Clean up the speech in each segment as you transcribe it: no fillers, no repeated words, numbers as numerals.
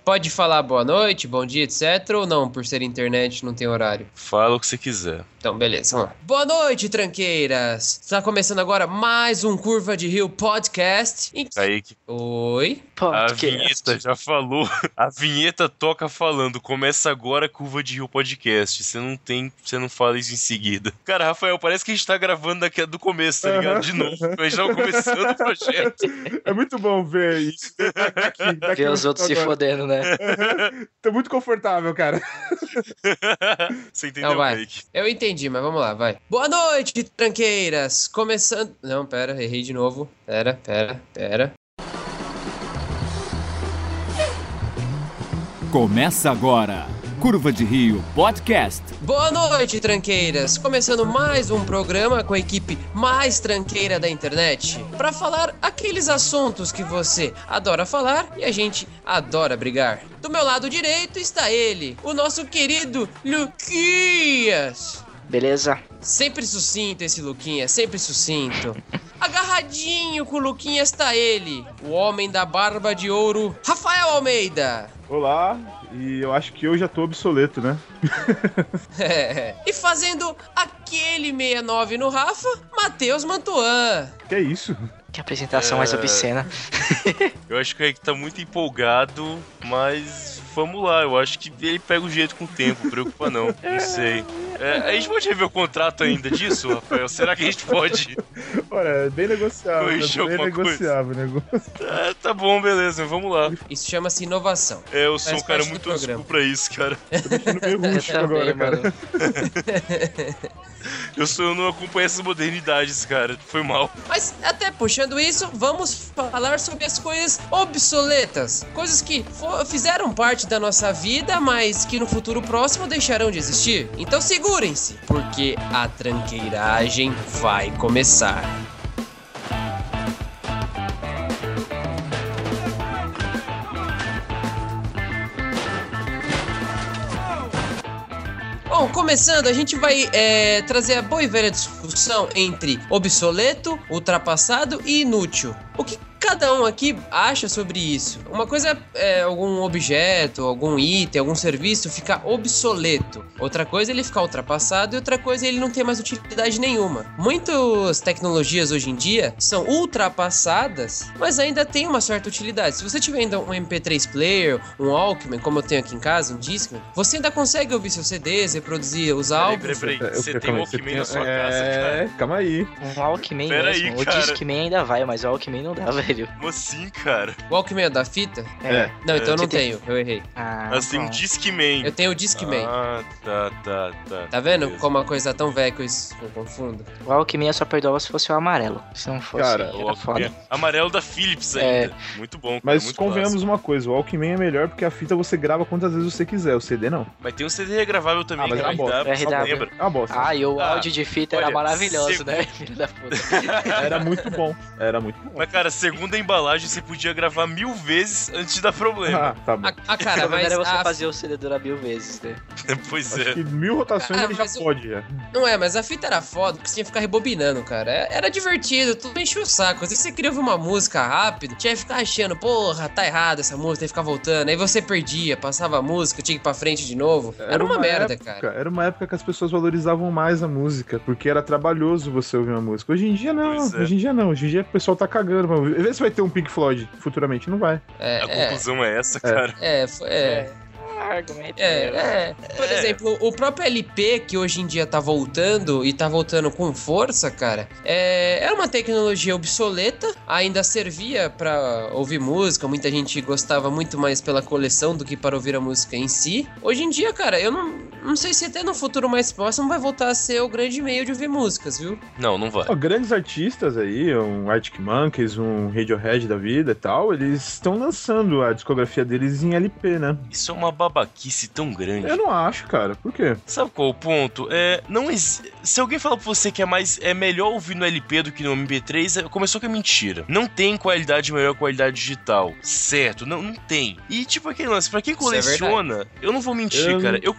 Pode falar boa noite, bom dia, etc. Ou não, por ser internet, não tem horário? Fala o que você quiser. Então, beleza, vamos lá. Boa noite, tranqueiras! Está começando agora mais um Curva de Rio Podcast. Kaique. Oi? A vinheta já falou. A vinheta toca falando. Começa agora a Curva de Rio Podcast. Você não fala isso em seguida. Cara, Rafael, parece que a gente tá gravando daqui do começo, tá ligado? De novo. A gente tava começando o projeto. É muito bom ver isso. Daqui ver os outros se fodendo, né? Tô muito confortável, cara. Você entendeu, Kaique? Eu entendi, mas vamos lá, vai. Boa noite, tranqueiras! Começando... Não, pera, errei de novo. Pera. Começa agora, Curva de Rio Podcast. Boa noite, tranqueiras! Começando mais um programa com a equipe mais tranqueira da internet para falar aqueles assuntos que você adora falar e a gente adora brigar. Do meu lado direito está ele, o nosso querido Luquinhas. Beleza? Sempre sucinto esse Luquinhas, sempre sucinto. Agarradinho com o Luquinhas está ele, o homem da barba de ouro, Rafael Almeida. Olá, e eu acho que eu já tô obsoleto, né? E fazendo aquele 69 no Rafa, Matheus Mantuan. Que é isso? Que apresentação mais obscena. Eu acho que o Kaique tá muito empolgado, mas vamos lá, eu acho que ele pega o jeito com o tempo, preocupa não sei. A gente pode rever o contrato ainda disso, Rafael? Será que a gente pode? Olha, é bem negociável, bem negociável o negócio. Tá bom, beleza, vamos lá. Isso chama-se inovação. Eu sou um cara muito oscuro pra isso, cara. Tô deixando meio rústico agora, cara. Eu não acompanho essas modernidades, cara. Foi mal. Mas até puxando isso, vamos falar sobre as coisas obsoletas. Coisas que fizeram parte da nossa vida, mas que no futuro próximo deixarão de existir. Então segurem-se, porque a tranqueiragem vai começar. Bom, começando, a gente vai trazer a boa e velha discussão entre obsoleto, ultrapassado e inútil. O que cada um aqui acha sobre isso? Uma coisa é algum objeto, algum item, algum serviço ficar obsoleto. Outra coisa é ele ficar ultrapassado e outra coisa é ele não ter mais utilidade nenhuma. Muitas tecnologias hoje em dia são ultrapassadas, mas ainda tem uma certa utilidade. Se você tiver ainda um MP3 player, um Walkman, como eu tenho aqui em casa, um Discman, você ainda consegue ouvir seus CDs, reproduzir os álbuns. Peraí. Você tem um Walkman na sua casa, cara? Calma aí. Um Walkman Peraí, mesmo. cara. O Discman ainda vai, mas o Walkman não dá, velho. Como assim, cara? O Walkman é da fita? É. Não, então eu não Você tem- tenho, eu errei. Mas tem um Discman. Eu tenho o Discman. Ah, tá. Tá vendo Beleza. como a coisa é tão velha que eu confundo? O Walkman eu só perdoava se fosse o amarelo. Se não fosse, Cara, era O Walkman. foda. Amarelo da Philips ainda. Muito bom, cara. Mas muito convenhamos clássico. uma coisa, o Walkman é melhor porque a fita você grava quantas vezes você quiser, o CD não. Mas tem um CD regravável também, mas que é uma bosta. RW, só RW. lembra. É uma bosta. Ah, e o Ah, áudio de fita era olha, maravilhoso, né? Filho da puta. Era muito bom. Mas, cara, segundo a embalagem, você podia gravar 1000 vezes antes de dar problema. Tá bom. Cara, Pelo menos mas era você a... fazer o CD durar 1000 vezes, né? Pois Acho é. que 1000 rotações ele já mas pode, já. Não é, mas a fita era foda, porque você tinha que ficar rebobinando, cara. Era divertido, tudo enchia o saco. Às vezes você queria ouvir uma música rápido, tinha que ficar achando, porra, tá errado essa música, tem que ficar voltando. Aí você perdia, passava a música, tinha que ir pra frente de novo. Era uma merda, cara. Era uma época que as pessoas valorizavam mais a música, porque era trabalhoso você ouvir uma música. Hoje em dia não, Pois é. hoje em dia o pessoal tá cagando. Vê se vai ter um Pink Floyd futuramente, não vai. A conclusão é essa, cara. Por exemplo, o próprio LP que hoje em dia tá voltando e tá voltando com força, cara, era uma tecnologia obsoleta, ainda servia pra ouvir música, muita gente gostava muito mais pela coleção do que para ouvir a música em si. Hoje em dia, cara, eu não sei se até no futuro mais próximo vai voltar a ser o grande meio de ouvir músicas, viu? Não vai. Ó, grandes artistas aí, um Arctic Monkeys, um Radiohead da vida e tal, eles estão lançando a discografia deles em LP, né? Isso é uma babaquice tão grande. Eu não acho, cara. Por quê? Sabe qual é o ponto? Se alguém falar pra você que é melhor ouvir no LP do que no MP3, começou com a mentira. Não tem qualidade melhor que qualidade digital. Certo? Não tem. E tipo aquele lance, pra quem coleciona, eu não vou mentir, cara. Eu coleciono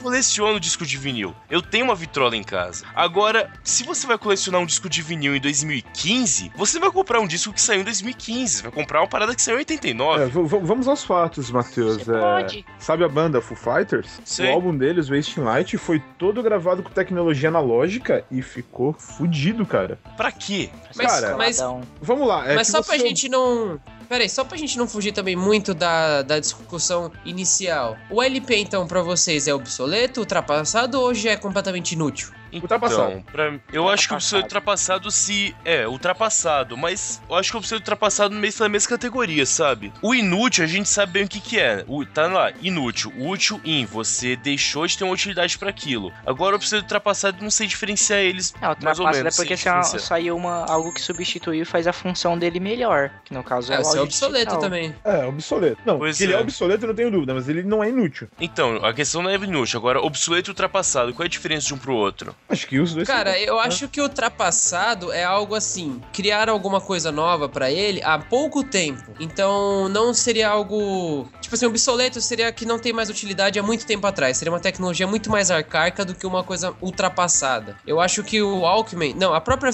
coleciono disco de vinil. Eu tenho uma vitrola em casa. Agora, se você vai colecionar um disco de vinil em 2015, você vai comprar um disco que saiu em 2015. Você vai comprar uma parada que saiu em 89. Vamos aos fatos, Matheus. Pode. Sabe a banda Foo Fighters? Sei. O álbum deles, Wasting Light, foi todo gravado com tecnologia analógica e ficou fudido, cara. Pra quê? Mas Vamos lá. Mas só pra gente não... Peraí, só pra gente não fugir também muito da discussão inicial. O LP, então, pra vocês é obsoleto, ultrapassado ou já é completamente inútil? Ultrapassado. Eu acho que o obsoleto ultrapassado ultrapassado, mas eu acho que o obsoleto ultrapassado meio na mesma categoria, sabe? O inútil, a gente sabe bem o que é. Tá lá, inútil. Útil, você deixou de ter uma utilidade pra aquilo. Agora o obsoleto ultrapassado, não sei diferenciar eles, mais ou menos. É porque saiu algo que substituiu e faz a função dele melhor, que no caso é o áudio obsoleto digital. também. É, obsoleto. Não, pois ele é obsoleto, eu não tenho dúvida, mas ele não é inútil. Então, a questão não é inútil. Agora, obsoleto e ultrapassado, qual é a diferença de um pro outro? Acho que os dois... Cara, eu acho que ultrapassado é algo assim, criar alguma coisa nova pra ele há pouco tempo. Então, não seria algo... Tipo assim, obsoleto seria que não tem mais utilidade há muito tempo atrás. Seria uma tecnologia muito mais arcaica do que uma coisa ultrapassada. Eu acho que o Walkman... Não, a própria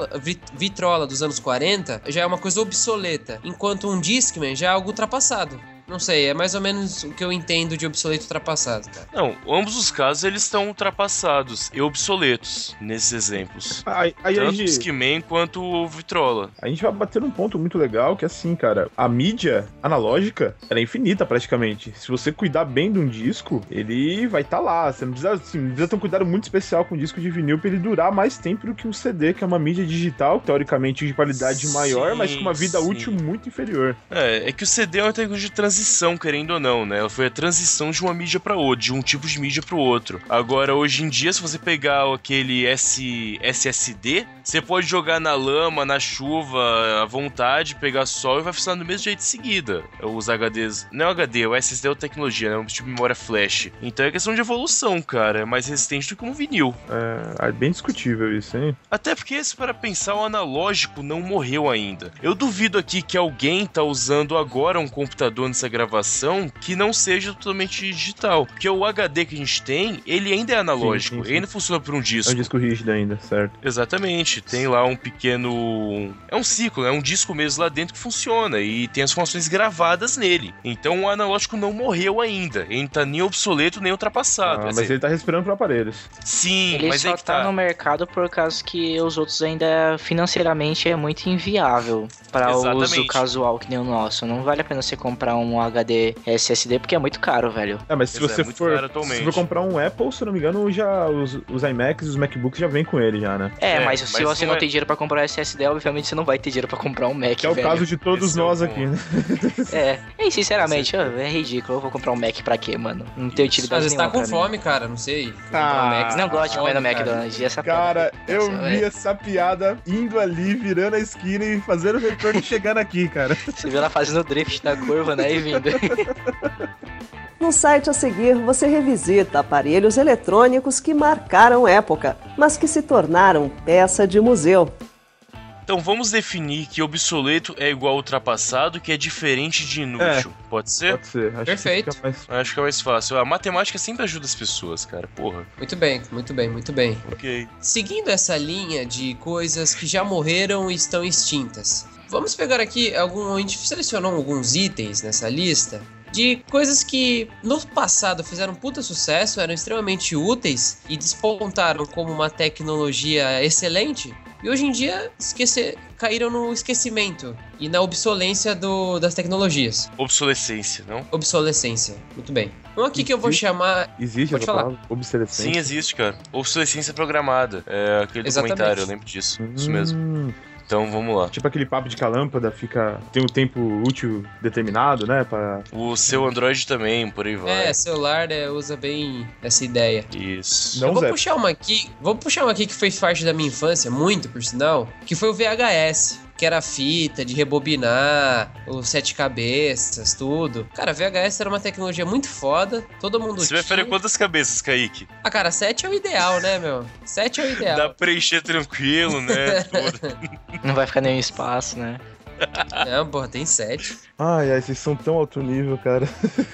vitrola dos anos 40 já é uma coisa obsoleta. Enquanto um Discman já é algo ultrapassado. Não sei, é mais ou menos o que eu entendo de obsoleto ultrapassado, cara. Não, ambos os casos eles estão ultrapassados e obsoletos nesses exemplos. Tanto o Discman quanto o Vitrola. A gente vai bater num ponto muito legal que é assim, cara, a mídia analógica, ela é infinita praticamente. Se você cuidar bem de um disco, ele vai estar lá. Você não precisa ter um cuidado muito especial com um disco de vinil pra ele durar mais tempo do que um CD, que é uma mídia digital, teoricamente de qualidade maior, mas com uma vida útil muito inferior. É que o CD é uma tecnologia de transição, querendo ou não, né? Ela foi a transição de uma mídia pra outra, de um tipo de mídia pro outro. Agora, hoje em dia, se você pegar aquele SSD, você pode jogar na lama, na chuva, à vontade, pegar sol e vai funcionar do mesmo jeito em seguida. Os HDs... Não é o HD, o SSD é a tecnologia, né? É um tipo de memória flash. Então é questão de evolução, cara. É mais resistente do que um vinil. É bem discutível isso, hein? Até porque, se para pensar, o analógico não morreu ainda. Eu duvido aqui que alguém tá usando agora um computador nessa gravação que não seja totalmente digital. Porque o HD que a gente tem, ele ainda é analógico. Sim. Ele ainda funciona por um disco. É um disco rígido ainda, certo. Exatamente. Tem lá um pequeno... É um ciclo, é um disco mesmo lá dentro que funciona. E tem as informações gravadas nele. Então o analógico não morreu ainda. Ele não tá nem obsoleto, nem ultrapassado. Mas ele tá respirando para aparelhos. Sim, ele mas só é que tá no mercado por causa que os outros ainda financeiramente é muito inviável para o uso casual que nem o nosso. Não vale a pena você comprar um HD SSD porque é muito caro, velho. Mas se você for comprar um Apple, se não me engano, já os iMacs e os MacBooks já vem com ele já, né? Mas se você não tem dinheiro pra comprar SSD, obviamente você não vai ter dinheiro pra comprar um Mac, que é o caso de todos nós aqui, né? E sinceramente, é ridículo. Eu vou comprar um Mac pra quê, mano? Não tem utilidade nenhuma. Às vezes tá com fome, cara, não sei. Não gosto de comer no McDonald's. Cara, eu vi essa piada indo ali, virando a esquina e fazendo o retorno e chegando aqui, cara. Você viu ela fazendo o drift da curva, né, e vindo. No site a seguir, você revisita aparelhos eletrônicos que marcaram época, mas que se tornaram peça de museu. Então vamos definir que obsoleto é igual ultrapassado, que é diferente de inútil. Pode ser? Pode ser. Perfeito. Acho que é mais fácil. A matemática sempre ajuda as pessoas, cara. Porra. Muito bem, muito bem, muito bem. Ok. Seguindo essa linha de coisas que já morreram e estão extintas, vamos pegar aqui a gente selecionou alguns itens nessa lista de coisas que no passado fizeram puta sucesso, eram extremamente úteis e despontaram como uma tecnologia excelente. E hoje em dia caíram no esquecimento e na obsolência das tecnologias. Obsolescência, não? Obsolescência, muito bem. Um aqui que eu vou chamar... Existe essa palavra? Obsolescência? Sim, existe, cara. Obsolescência programada. É aquele documentário, eu lembro disso. Isso mesmo. Então vamos lá. Tipo aquele papo de que a lâmpada tem um tempo útil determinado, né? O seu Android também, por aí vai. Celular usa bem essa ideia. Isso. Eu vou puxar uma aqui que foi parte da minha infância, muito por sinal, que foi o VHS. Que era fita, de rebobinar, os 7 cabeças, tudo. Cara, VHS era uma tecnologia muito foda, todo mundo tinha. Você prefere quantas cabeças, Kaique? Cara, 7 é o ideal, né, meu? 7 é o ideal. Dá pra encher tranquilo, né? Não vai ficar nenhum espaço, né? Não, porra, tem 7. Ai, vocês são tão alto nível, cara.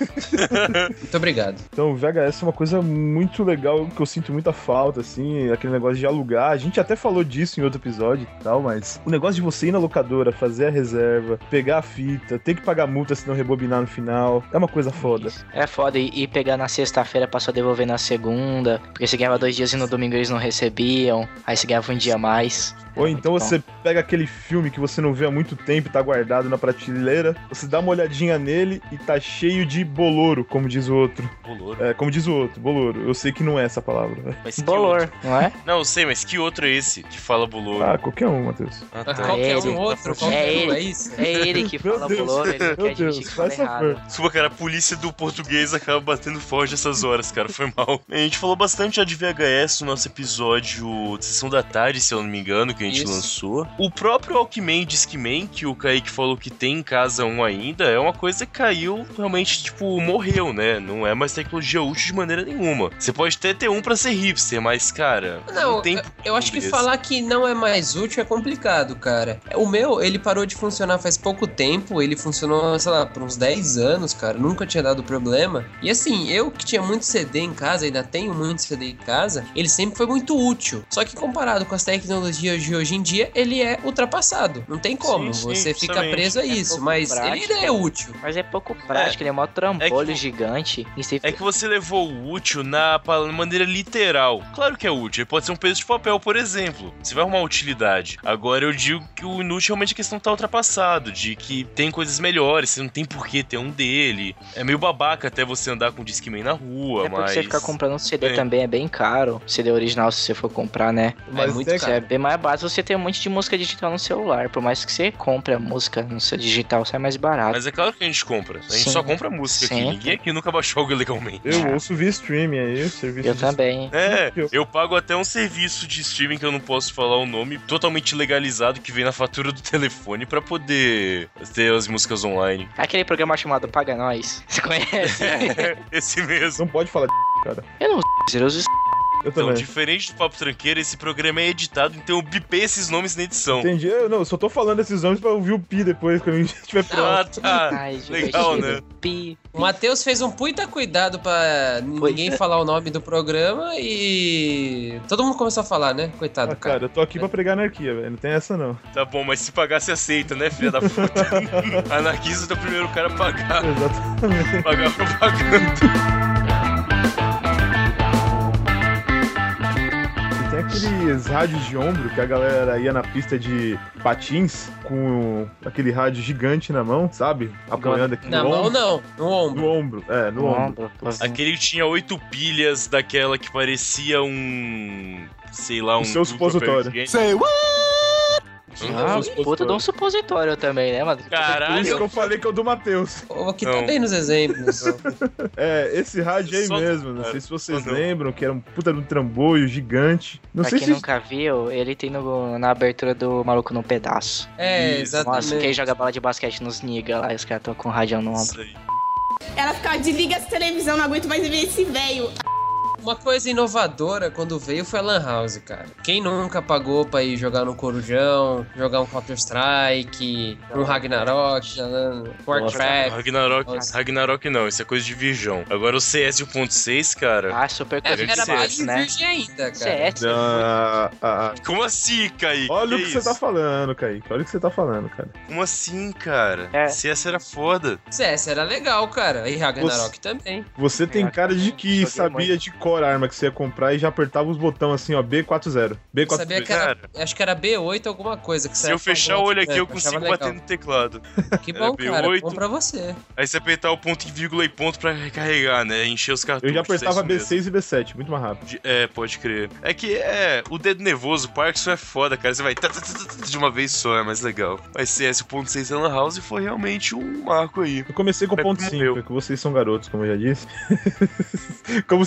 Muito obrigado. Então, o VHS é uma coisa muito legal, que eu sinto muita falta, assim, aquele negócio de alugar. A gente até falou disso em outro episódio e tal, mas o negócio de você ir na locadora, fazer a reserva, pegar a fita, ter que pagar multa se não rebobinar no final, é uma coisa foda. É foda, e pegar na sexta-feira pra só devolver na segunda, porque você ganhava 2 dias e no domingo eles não recebiam, aí você ganhava um dia a mais. Ou então você pega aquele filme que você não vê há muito tempo e tá guardado na prateleira, você dá uma olhadinha nele e tá cheio de boloro, como diz o outro. Boloro? É, como diz o outro, boloro. Eu sei que não é essa palavra. Mas bolor, não é? Não, eu sei, mas que outro é esse que fala boloro? Ah, qualquer um, Matheus. Qualquer um outro, qualquer um, é isso? É ele que fala bolor, ele quer admitir que fala errado. Desculpa, cara, a polícia do português acaba batendo forte essas horas, cara, foi mal. A gente falou bastante já de VHS no nosso episódio de Sessão da Tarde, se eu não me engano, que a gente lançou. O próprio Walkman Discman, que o Kaique falou que tem em casa um ainda, é uma coisa que caiu, realmente, tipo, morreu, né? Não é mais tecnologia útil de maneira nenhuma. Você pode até ter um pra ser hipster, mas, cara... Não, eu acho que falar que não é mais útil é complicado, cara. O meu, ele parou de funcionar faz pouco tempo, ele funcionou, sei lá, por uns 10 anos, cara, nunca tinha dado problema. E assim, eu que tinha muito CD em casa, ainda tenho muito CD em casa, ele sempre foi muito útil. Só que comparado com as tecnologias de hoje em dia, ele é ultrapassado. Não tem como, você fica preso a isso, mas prático, ele é útil. Mas é pouco prático, ele é mó trambolho gigante. É que você levou o útil na maneira literal. Claro que é útil, ele pode ser um peso de papel, por exemplo. Você vai arrumar utilidade. Agora eu digo que o inútil realmente a questão tá ultrapassado, de que tem coisas melhores, você não tem por que ter um dele. É meio babaca até você andar com o Discman na rua, mas... você ficar comprando um CD também é bem caro. CD original, se você for comprar, né? Mas é muito caro. É bem mais barato você ter um monte de música digital no celular. Por mais que você compre a música no seu digital, sai mais barato. Mas é claro que a gente compra. A gente só compra música aqui. Ninguém aqui nunca baixou algo legalmente. Eu ouço via streaming aí, o serviço. Eu também. Eu pago até um serviço de streaming que eu não posso falar o nome, totalmente legalizado, que vem na fatura do telefone pra poder ter as músicas online. Aquele programa chamado Paga Nós. Você conhece? Esse mesmo. Não pode falar de cara. Eu não sei, eu uso. Então, diferente do Papo Tranqueiro, esse programa é editado, então eu bipei esses nomes na edição. Entendi. Eu só tô falando esses nomes pra ouvir o pi depois, quando a gente estiver pronto. Tá. Ai, legal, né? Pi. O Matheus fez um puta cuidado pra ninguém falar o nome do programa e todo mundo começou a falar, né? Coitado, cara. Eu tô aqui pra pregar anarquia, velho. Não tem essa, não. Tá bom, mas se pagar, você aceita, né, filha da puta? Anarquista é o primeiro cara a pagar. Exatamente. Pagar propaganda. Tem aqueles rádios de ombro que a galera ia na pista de patins com aquele rádio gigante na mão, sabe? Apoiando aqui no ombro. Na mão não, no ombro. No ombro, no ombro. Aquele que tinha 8 pilhas daquela que parecia sei lá, o seu supositório. Say what? Puta de um supositório também, né, mano? Caralho. Por isso que eu falei que é o do Matheus. Aqui tá bem nos exemplos. Esse rádio aí mesmo. Não sei se vocês lembram, que era um puta de um trambolho gigante. Não pra sei quem nunca viu, ele tem na abertura do Maluco no Pedaço. Exatamente. Nossa, quem joga bola de basquete nos niga lá, os caras estão com o rádio no ombro. Ela ficava, desliga essa televisão, não aguento mais ver esse velho. Uma coisa inovadora quando veio foi a Lan House, cara. Quem nunca pagou pra ir jogar no Corujão, jogar um Counter-Strike, um Ragnarok, Warcraft? Ragnarok não, isso é coisa de virgão. Agora o CS 1.6, cara... super coisa de CS, né? Virgem ainda, cara. CS. Como assim, Kaique? Olha o que você tá falando, Kaique. Olha o que você tá falando, cara. Como assim, cara? CS era foda. CS era legal, cara. E Ragnarok também. Você tem cara de que sabia de cor a arma que você ia comprar e já apertava os botões assim, ó, B40. B40. Sabia que acho que era B8 alguma coisa. Que se eu fechar o olho aqui, eu consigo bater no teclado. Que bom, cara. Bom pra você. Aí você apertar o ponto e vírgula e ponto pra recarregar, né? Encher os cartuchos. Eu já apertava B6 e B7, muito mais rápido. Pode crer. É que o dedo nervoso, o Parkinson é foda, cara. Você vai de uma vez só, é mais legal. Mas CS 1.6 Lan House foi realmente um marco aí. Eu comecei com o ponto 5, que vocês são garotos, como eu já disse. Como se eu fosse muito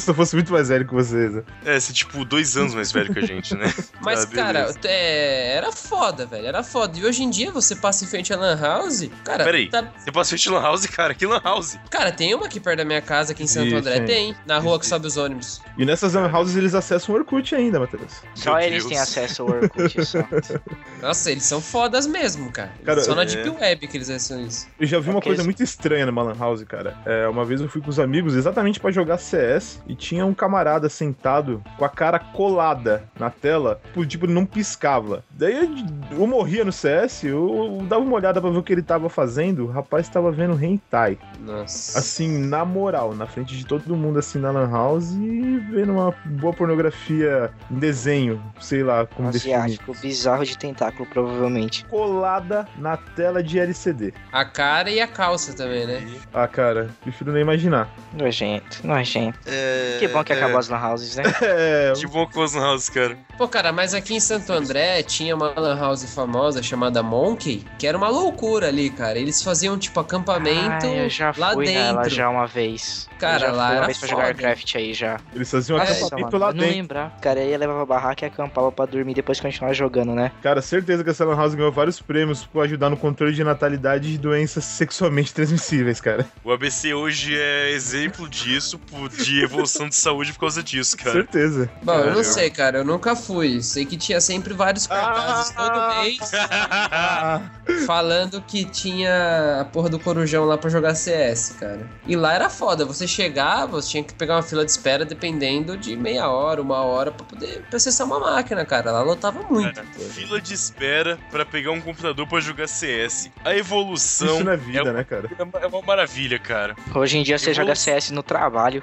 muito mais velho que vocês. Né? Você tipo 2 anos mais velho que a gente, né? Mas, cara, era foda, velho. Era foda. E hoje em dia você passa em frente à Lan House. Cara, peraí. Você passa em frente à Lan House, cara? Que Lan House? Cara, tem uma aqui perto da minha casa, aqui em Santo André. Tem. Na rua que sobe os ônibus. E nessas Lan Houses eles acessam o Orkut ainda, Matheus. Só eles têm acesso ao Orkut, só. Nossa, eles são fodas mesmo, cara. Só na Deep Web que eles acessam isso. Eu já vi uma coisa muito estranha numa Lan House, cara. Uma vez eu fui com os amigos exatamente pra jogar CS e tinha um camarada sentado com a cara colada na tela, tipo, não piscava. Daí eu morria no CS, eu dava uma olhada pra ver o que ele tava fazendo, o rapaz tava vendo hentai. Nossa. Assim, na moral, na frente de todo mundo, assim, na Lan House e vendo uma boa pornografia em desenho, sei lá como definir. Asiático, bizarro de tentáculo, provavelmente. Colada na tela de LCD. A cara e a calça também, né? Ah, cara, prefiro nem imaginar. Nojento. Que bom que acabou as Lan Houses, né? Que bom que acabou as Lan Houses, cara. Pô, cara, mas aqui em Santo André tinha uma Lan House famosa chamada Monkey, que era uma loucura ali, cara. Eles faziam, tipo, acampamento eu já lá fui dentro. Nela já uma vez. Cara, lá era uma vez pra jogar Warcraft aí já. Eles faziam acampamento lá dentro. Não lembrar. Cara, aí levava barraca e acampava pra dormir e depois continuar jogando, né? Cara, certeza que essa Lan House ganhou vários prêmios por ajudar no controle de natalidade e de doenças sexualmente transmissíveis, cara. O ABC hoje é exemplo disso, de evolução de saúde por causa disso, cara. Certeza. Bom, eu não sei, cara, eu nunca fui. Sei que tinha sempre vários cartazes todo mês falando que tinha a porra do Corujão lá pra jogar CS, cara. E lá era foda, você chegava, você tinha que pegar uma fila de espera dependendo de meia hora, 1 hora pra poder acessar uma máquina, cara. Lá lotava muito. Cara, fila de espera pra pegar um computador pra jogar CS. A evolução... Isso na vida, né, cara? É uma maravilha, cara. Hoje em dia você joga CS no trabalho.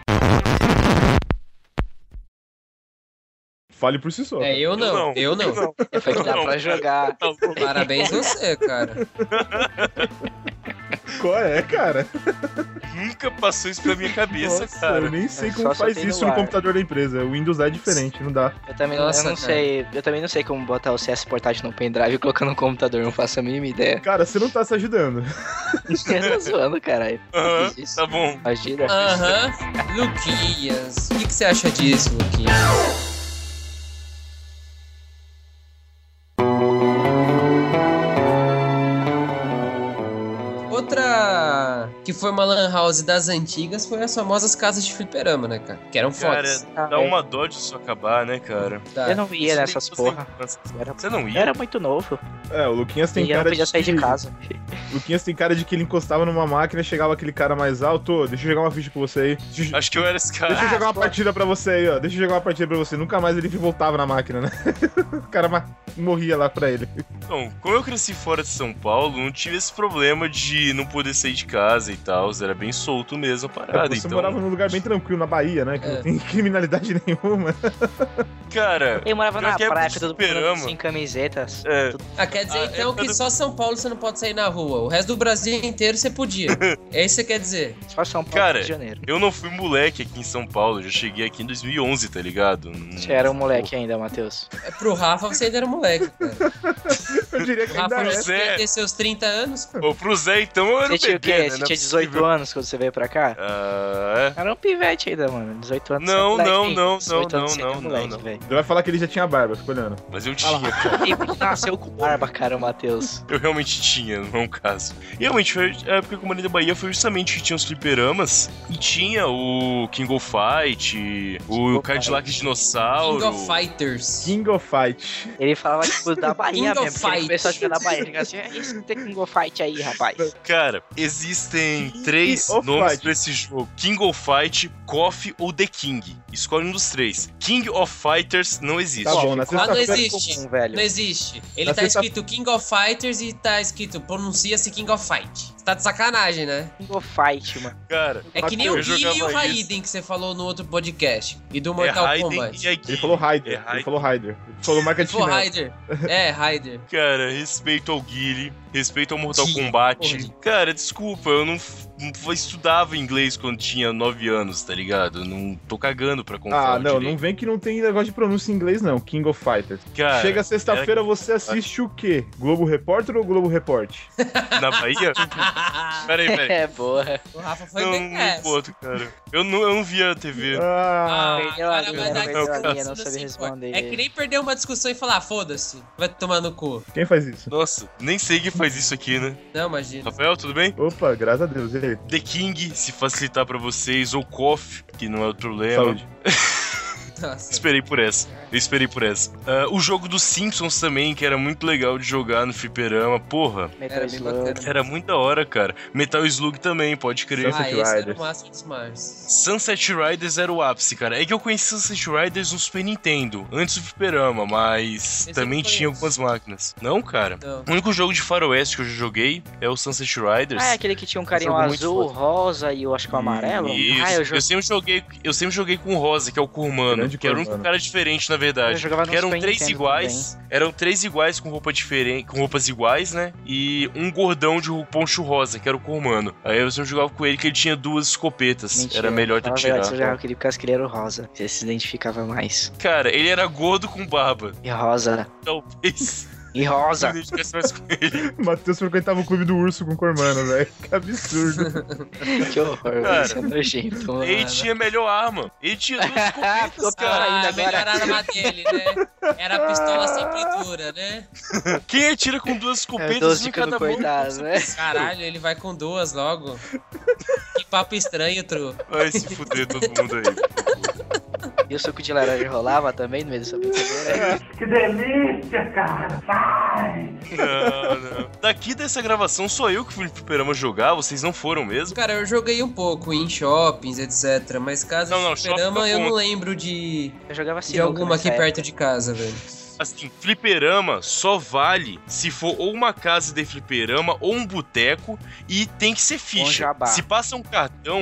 Fale por si só. Eu não. Foi que dá pra jogar. Parabéns você, cara. Qual é, cara? Nunca passou isso pra minha cabeça, Nossa, cara. eu nem sei como faz isso no computador da empresa. O Windows é diferente, não dá. Eu também não sei como botar o CS portátil no pendrive e colocar no computador, não faço a mínima ideia. Cara, você não tá se ajudando. Eu tô zoando, caralho. Tá bom. Imagina. Luquinhas. O que você acha disso, Luquinhas? Outra que foi uma lan house das antigas foi as famosas casas de fliperama, né, cara? Que eram fodas. Cara, dá uma dó disso acabar, né, cara? Eu não ia nessas porra. Você não ia? Era muito novo. O Luquinhas tem cara eu não podia sair de casa. O Luquinhas tem cara de que ele encostava numa máquina, chegava aquele cara mais alto, deixa eu jogar uma ficha com você aí. Acho que eu era esse cara. Deixa eu jogar uma partida pra você aí, ó. Deixa eu jogar uma partida pra você. Nunca mais ele voltava na máquina, né? O cara morria lá pra ele. Então, como eu cresci fora de São Paulo, não tive esse problema de não poder sair de casa e tal. Era bem solto mesmo a parada. Você morava num lugar bem tranquilo, na Bahia, né? Que não tem criminalidade nenhuma. Cara, eu morava na praia, todo mundo sem camisetas. Quer dizer então que só São Paulo você não pode sair na rua. O resto do Brasil inteiro você podia. É isso que você quer dizer? Só São Paulo, cara, Rio de Janeiro. Eu não fui moleque aqui em São Paulo. Já cheguei aqui em 2011, tá ligado? Você era um moleque ainda, Matheus. Pro Rafa você ainda era moleque, cara. Eu diria que Rafa ainda já ia ter seus 30 anos. Ou pro Zé, então eu era um bebê, né? Você tinha 18 anos quando você veio pra cá? Era um pivete ainda, mano. 18 anos. Não. Ele vai falar que ele já tinha barba, fica olhando. Mas eu tinha, cara. Ele nasceu com barba, cara, o Matheus. Eu realmente tinha, não é um caso. E realmente, a época que eu morei na Bahia foi justamente que tinha os fliperamas e tinha o King of Fight, o Cadillac Dinossauro. King of Fighters. King of Fight. Ele falava, tipo, da Bahia mesmo, porque ele começou a jogar na Bahia. Ele assim, esse tem King of Fight aí, rapaz. Cara, existem 3 nomes pra esse jogo. King of Fight, KOF ou The King. Escolhe um dos 3. King of Fighters não existe. Tá bom, não existe. Não existe. Ele tá escrito King of Fighters e tá escrito pronuncia-se King of Fight. Você tá de sacanagem, né? King of Fight, mano. Cara, é que nem o Guile e o Raiden que você falou no outro podcast. E do Mortal Kombat. Ele falou Raider. Ele falou Raider. Ele falou marca de chinelo. Raider. Raider. Cara, respeito ao Guile. Respeito ao Mortal Kombat. Cara, desculpa, eu não estudava inglês quando tinha 9 anos, tá ligado? Eu não tô cagando pra contar. Não vem que não tem negócio de pronúncia em inglês, não. King of Fighters. Cara, chega sexta-feira, você assiste o quê? Globo Repórter ou Globo Report? Na Bahia? Peraí. É boa. O Rafa foi bem outro, cara. Eu não via a TV. Não sabia responder. É que nem perder uma discussão e falar, foda-se, vai tomar no cu. Quem faz isso? Nossa, nem sei quem faz isso aqui, né? Não, imagina. Rafael, tudo bem? Opa, graças a Deus. E aí? The King, se facilitar pra vocês, ou KOF, que não é o problema. Saúde. Nossa. Eu esperei por essa. O jogo dos Simpsons também, que era muito legal de jogar no fliperama. Porra, era muito da hora, cara. Metal Slug também, pode crer. Esse era o máximo dos mais. Sunset Riders era o ápice, cara. É que eu conheci Sunset Riders no Super Nintendo, antes do fliperama, mas também tinha algumas máquinas. Não, cara? Não. O único jogo de faroeste que eu já joguei é o Sunset Riders. É aquele que tinha um carinho azul, rosa e eu acho que o amarelo? Isso. Eu sempre joguei com o rosa, que é o Kurmano, que era o único cara diferente, na verdade. Que eram 3 iguais. Eram 3 iguais com roupas iguais, né? E um gordão de poncho rosa, que era o Kurmano. Aí eu sempre jogava com ele, que ele tinha 2 escopetas. Mentira, era melhor de atirar. Você jogava com ele por causa que ele era o rosa. Você se identificava mais. Cara, ele era gordo com barba. E rosa. Talvez. E rosa. Matheus frequentava o clube do urso com o Cormano, velho. Que absurdo. Que horror, cara. Isso é nojento. Ele tinha a melhor arma. Ele tinha 2 escopetas, cara. A melhor arma dele, né? Era a pistola sempre dura, né? Quem atira com 2 escopetas em cada mão? Né? Caralho, ele vai com 2 logo. Que papo estranho, Tru. Vai se fuder todo mundo aí. E o suco de laranja rolava também no meio dessa brincadeira? Que delícia, cara! Vai! Não. Daqui dessa gravação sou eu que fui no fliperama jogar, vocês não foram mesmo? Cara, eu joguei um pouco em shoppings, etc. Mas casa de fliperama eu não lembro de alguma aqui perto de casa, velho. Assim, fliperama só vale se for ou uma casa de fliperama ou um boteco e tem que ser ficha. Se passa um cartão...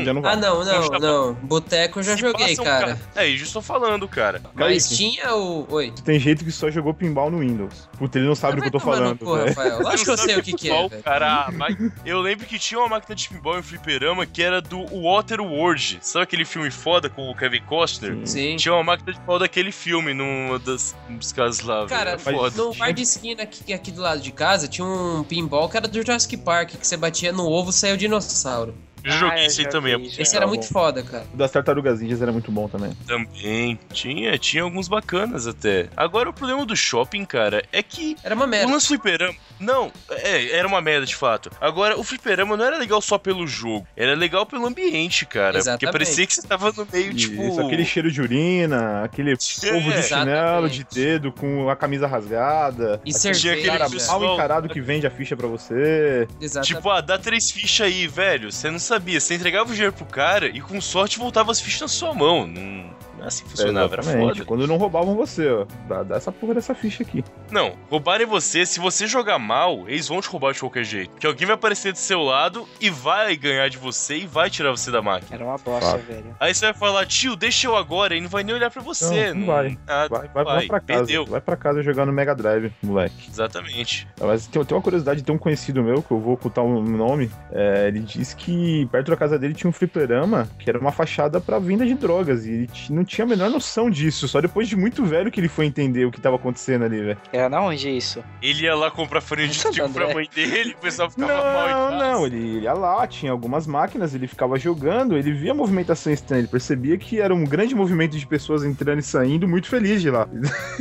Não. Boteco eu já joguei, cara. É isso que eu tô falando, cara. Mas tinha o... Oi. Tem jeito que só jogou pinball no Windows. Puta, ele não sabe o que eu tô falando. Porra, Rafael. Lógico que eu sei o que é, velho. Cara, mas eu lembro que tinha uma máquina de pinball em fliperama que era do Waterworld. Sabe aquele filme foda com o Kevin Costner? Sim. Tinha uma máquina de pinball daquele filme numa das casas lá. Cara, no bar de esquina aqui do lado de casa tinha um pinball que era do Jurassic Park, que você batia no ovo e saiu o dinossauro. Eu joguei esse aí também. Esse era muito foda, cara. O das Tartarugas Ninjas era muito bom também. Também. Tinha alguns bacanas até. Agora, o problema do shopping, cara, é que... Era uma merda. O lance fliperama... Não, era uma merda, de fato. Agora, o fliperama não era legal só pelo jogo. Era legal pelo ambiente, cara. Exatamente. Porque parecia que você tava no meio, tipo... Isso, aquele cheiro de urina, aquele ovo de chinelo, de dedo, com a camisa rasgada. E cerveja. Cara mal encarado que vende a ficha pra você. Exatamente. Tipo, dá 3 fichas aí, velho. Você não sabia. Você entregava o dinheiro pro cara e com sorte voltava as fichas na sua mão. Não assim funcionava, era foda. Quando não roubavam você, ó. Dá essa porra dessa ficha aqui. Não, roubarem você, se você jogar mal, eles vão te roubar de qualquer jeito. Que alguém vai aparecer do seu lado e vai ganhar de você e vai tirar você da máquina. Era uma bosta, velho. Aí você vai falar, tio, deixa eu agora, e não vai nem olhar pra você. Não vai. Vai pra casa. Perdeu. Vai pra casa jogar no Mega Drive, moleque. Exatamente. Mas tem uma curiosidade, tem um conhecido meu, que eu vou ocultar o nome. Ele disse que perto da casa dele tinha um fliperama, que era uma fachada pra venda de drogas. E ele não tinha a menor noção disso. Só depois de muito velho que ele foi entender o que tava acontecendo ali, velho. Na onde é isso? Ele ia lá comprar farinha de trigo pra mãe dele, o pessoal ficava mal em casa. Não, ele ia lá, tinha algumas máquinas, ele ficava jogando, ele via a movimentação estranha, ele percebia que era um grande movimento de pessoas entrando e saindo, muito feliz de lá.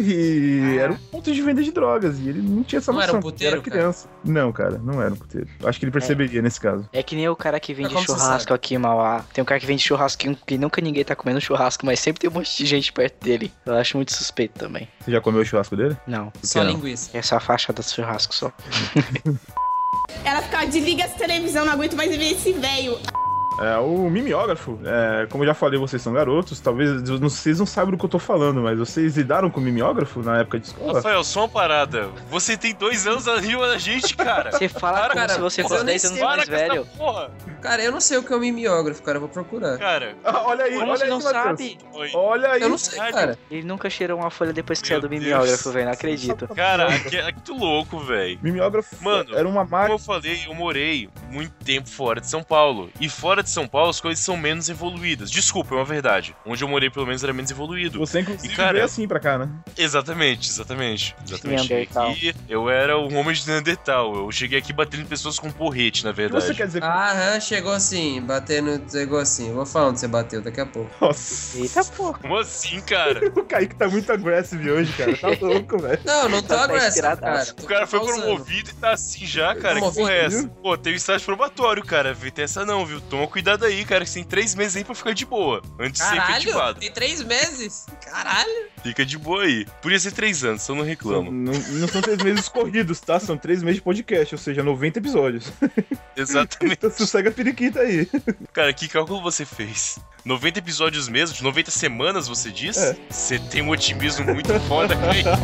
E era um ponto de venda de drogas, e ele não tinha essa noção. Não era um puteiro, era criança. Cara? Não, cara, não era um puteiro. Acho que ele perceberia nesse caso. É que nem o cara que vende churrasco aqui em Mauá. Tem um cara que vende churrasquinho que nunca ninguém tá comendo churrasco, mas sempre tem um monte de gente perto dele. Eu acho muito suspeito também. Você já comeu o churrasco dele? Não. Só linguiça. É só a faixa do churrasco só. Ela ficava, desliga essa televisão, não aguento mais ver esse velho. O mimeógrafo, como eu já falei, vocês são garotos, talvez vocês não saibam do que eu tô falando, mas vocês lidaram com mimeógrafo na época de escola? Rafael, só uma parada. Você tem 2 anos acima da gente, cara. Você fala como se você fosse 10 anos mais velho. Cara, eu não sei o que é um mimeógrafo, cara, eu vou procurar. Cara, olha aí, como olha você aí, não Matheus. sabe? Olha aí. Eu não sei, cara. Ele nunca cheirou uma folha depois que Meu saiu do Deus. mimeógrafo, velho, não acredito. Cara, é muito louco, velho. Mimeógrafo, Mano, era uma como máquina. eu falei, eu morei muito tempo fora de São Paulo. E fora de São Paulo as coisas são menos evoluídas. Desculpa, é uma verdade. Onde eu morei pelo menos era menos evoluído. Você inclusive E, cara, veio assim pra cá, né? Exatamente. Neandertal. Aqui, eu era um homem de Neandertal. Eu cheguei aqui batendo em pessoas com porrete, na O que verdade. você quer dizer com Chegou assim, batendo, chegou assim. Eu vou falar onde você bateu daqui a pouco. Nossa. Eita porra. Como assim, cara? O Kaique tá muito agressivo hoje, cara. Tá louco, velho. Não tô Tá agressivo, cara. inspiradaço. O cara foi Tô usando. promovido e tá assim já, cara. Que Promovido, porra é essa? Pô, tem um estágio probatório, cara. Tem essa não, viu? Toma cuidado aí, cara. Que você tem 3 meses aí pra ficar de boa. Antes de ser efetivado. Caralho, tem 3 meses? Caralho. Fica de boa aí. Podia ser 3 anos, só não reclamo. Não são 3 meses corridos, tá? São 3 meses de podcast, ou seja, 90 episódios. Exatamente. Então sossega a periquita aí. Cara, que cálculo você fez? 90 episódios mesmo? De 90 semanas, você diz? É. Você tem um otimismo muito foda, cara.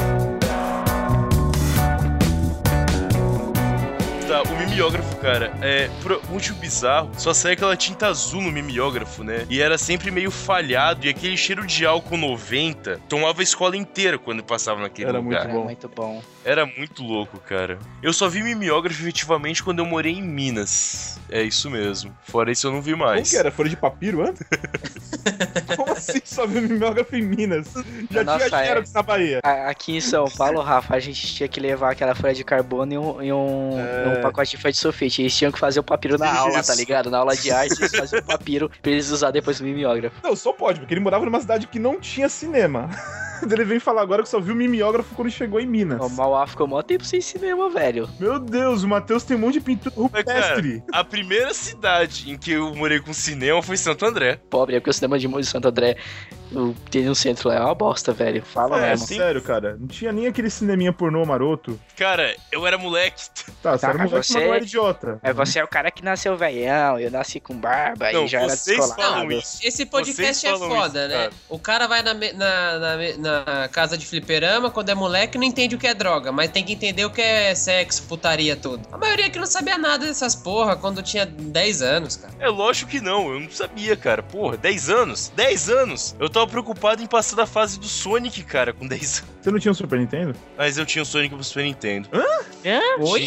Tá, o mimeógrafo, cara, por um motivo bizarro, só sai aquela tinta azul no mimeógrafo, né? E era sempre meio falhado, e aquele cheiro de álcool 90 tomava a escola inteira quando passava naquele Era lugar. muito bom. Muito bom. Era muito louco, cara. Eu só vi mimeógrafo efetivamente quando eu morei em Minas. É isso mesmo. Fora isso eu não vi Como mais. que era? Folha de papiro antes? Como assim só viu mimeógrafo em Minas? Já Nossa, tinha Xerox na Bahia. Aqui em São Paulo, Rafa, a gente tinha que levar aquela folha de carbono e um pacote de folha de sulfite. Eles tinha que fazer o papiro na aula, tá ligado? Na aula de arte, eles faziam o papiro pra eles usar depois no mimeógrafo. Não, só pode, porque ele morava numa cidade que não tinha cinema. Ele vem falar agora que só viu mimeógrafo quando chegou em Minas. O Mauá ficou mó tempo sem cinema, velho. Meu Deus, o Matheus tem um monte de pintura Mas, cara, rupestre. a primeira cidade em que eu morei com cinema foi Santo André. Pobre, é porque o cinema de Santo André tem no centro lá, é uma bosta, velho. Fala mesmo. Sério, cara. Não tinha nem aquele cineminha pornô maroto. Cara, eu era moleque. Tá, você era mas moleque, você- mas não era idiota. Você é o cara que nasceu velhão, eu nasci com barba Não, e já era vocês descolado. falam isso. Esse podcast Vocês é falam foda, isso, né? cara. O cara vai na casa de fliperama, quando é moleque, não entende o que é droga, mas tem que entender o que é sexo, putaria, tudo. A maioria aqui não sabia nada dessas porra quando tinha 10 anos, cara. É lógico que não, eu não sabia, cara. Porra, 10 anos? 10 anos! Eu tava preocupado em passar da fase do Sonic, cara, com 10 anos. Você não tinha um Super Nintendo? Mas eu tinha o Sonic pro Super Nintendo. Oi?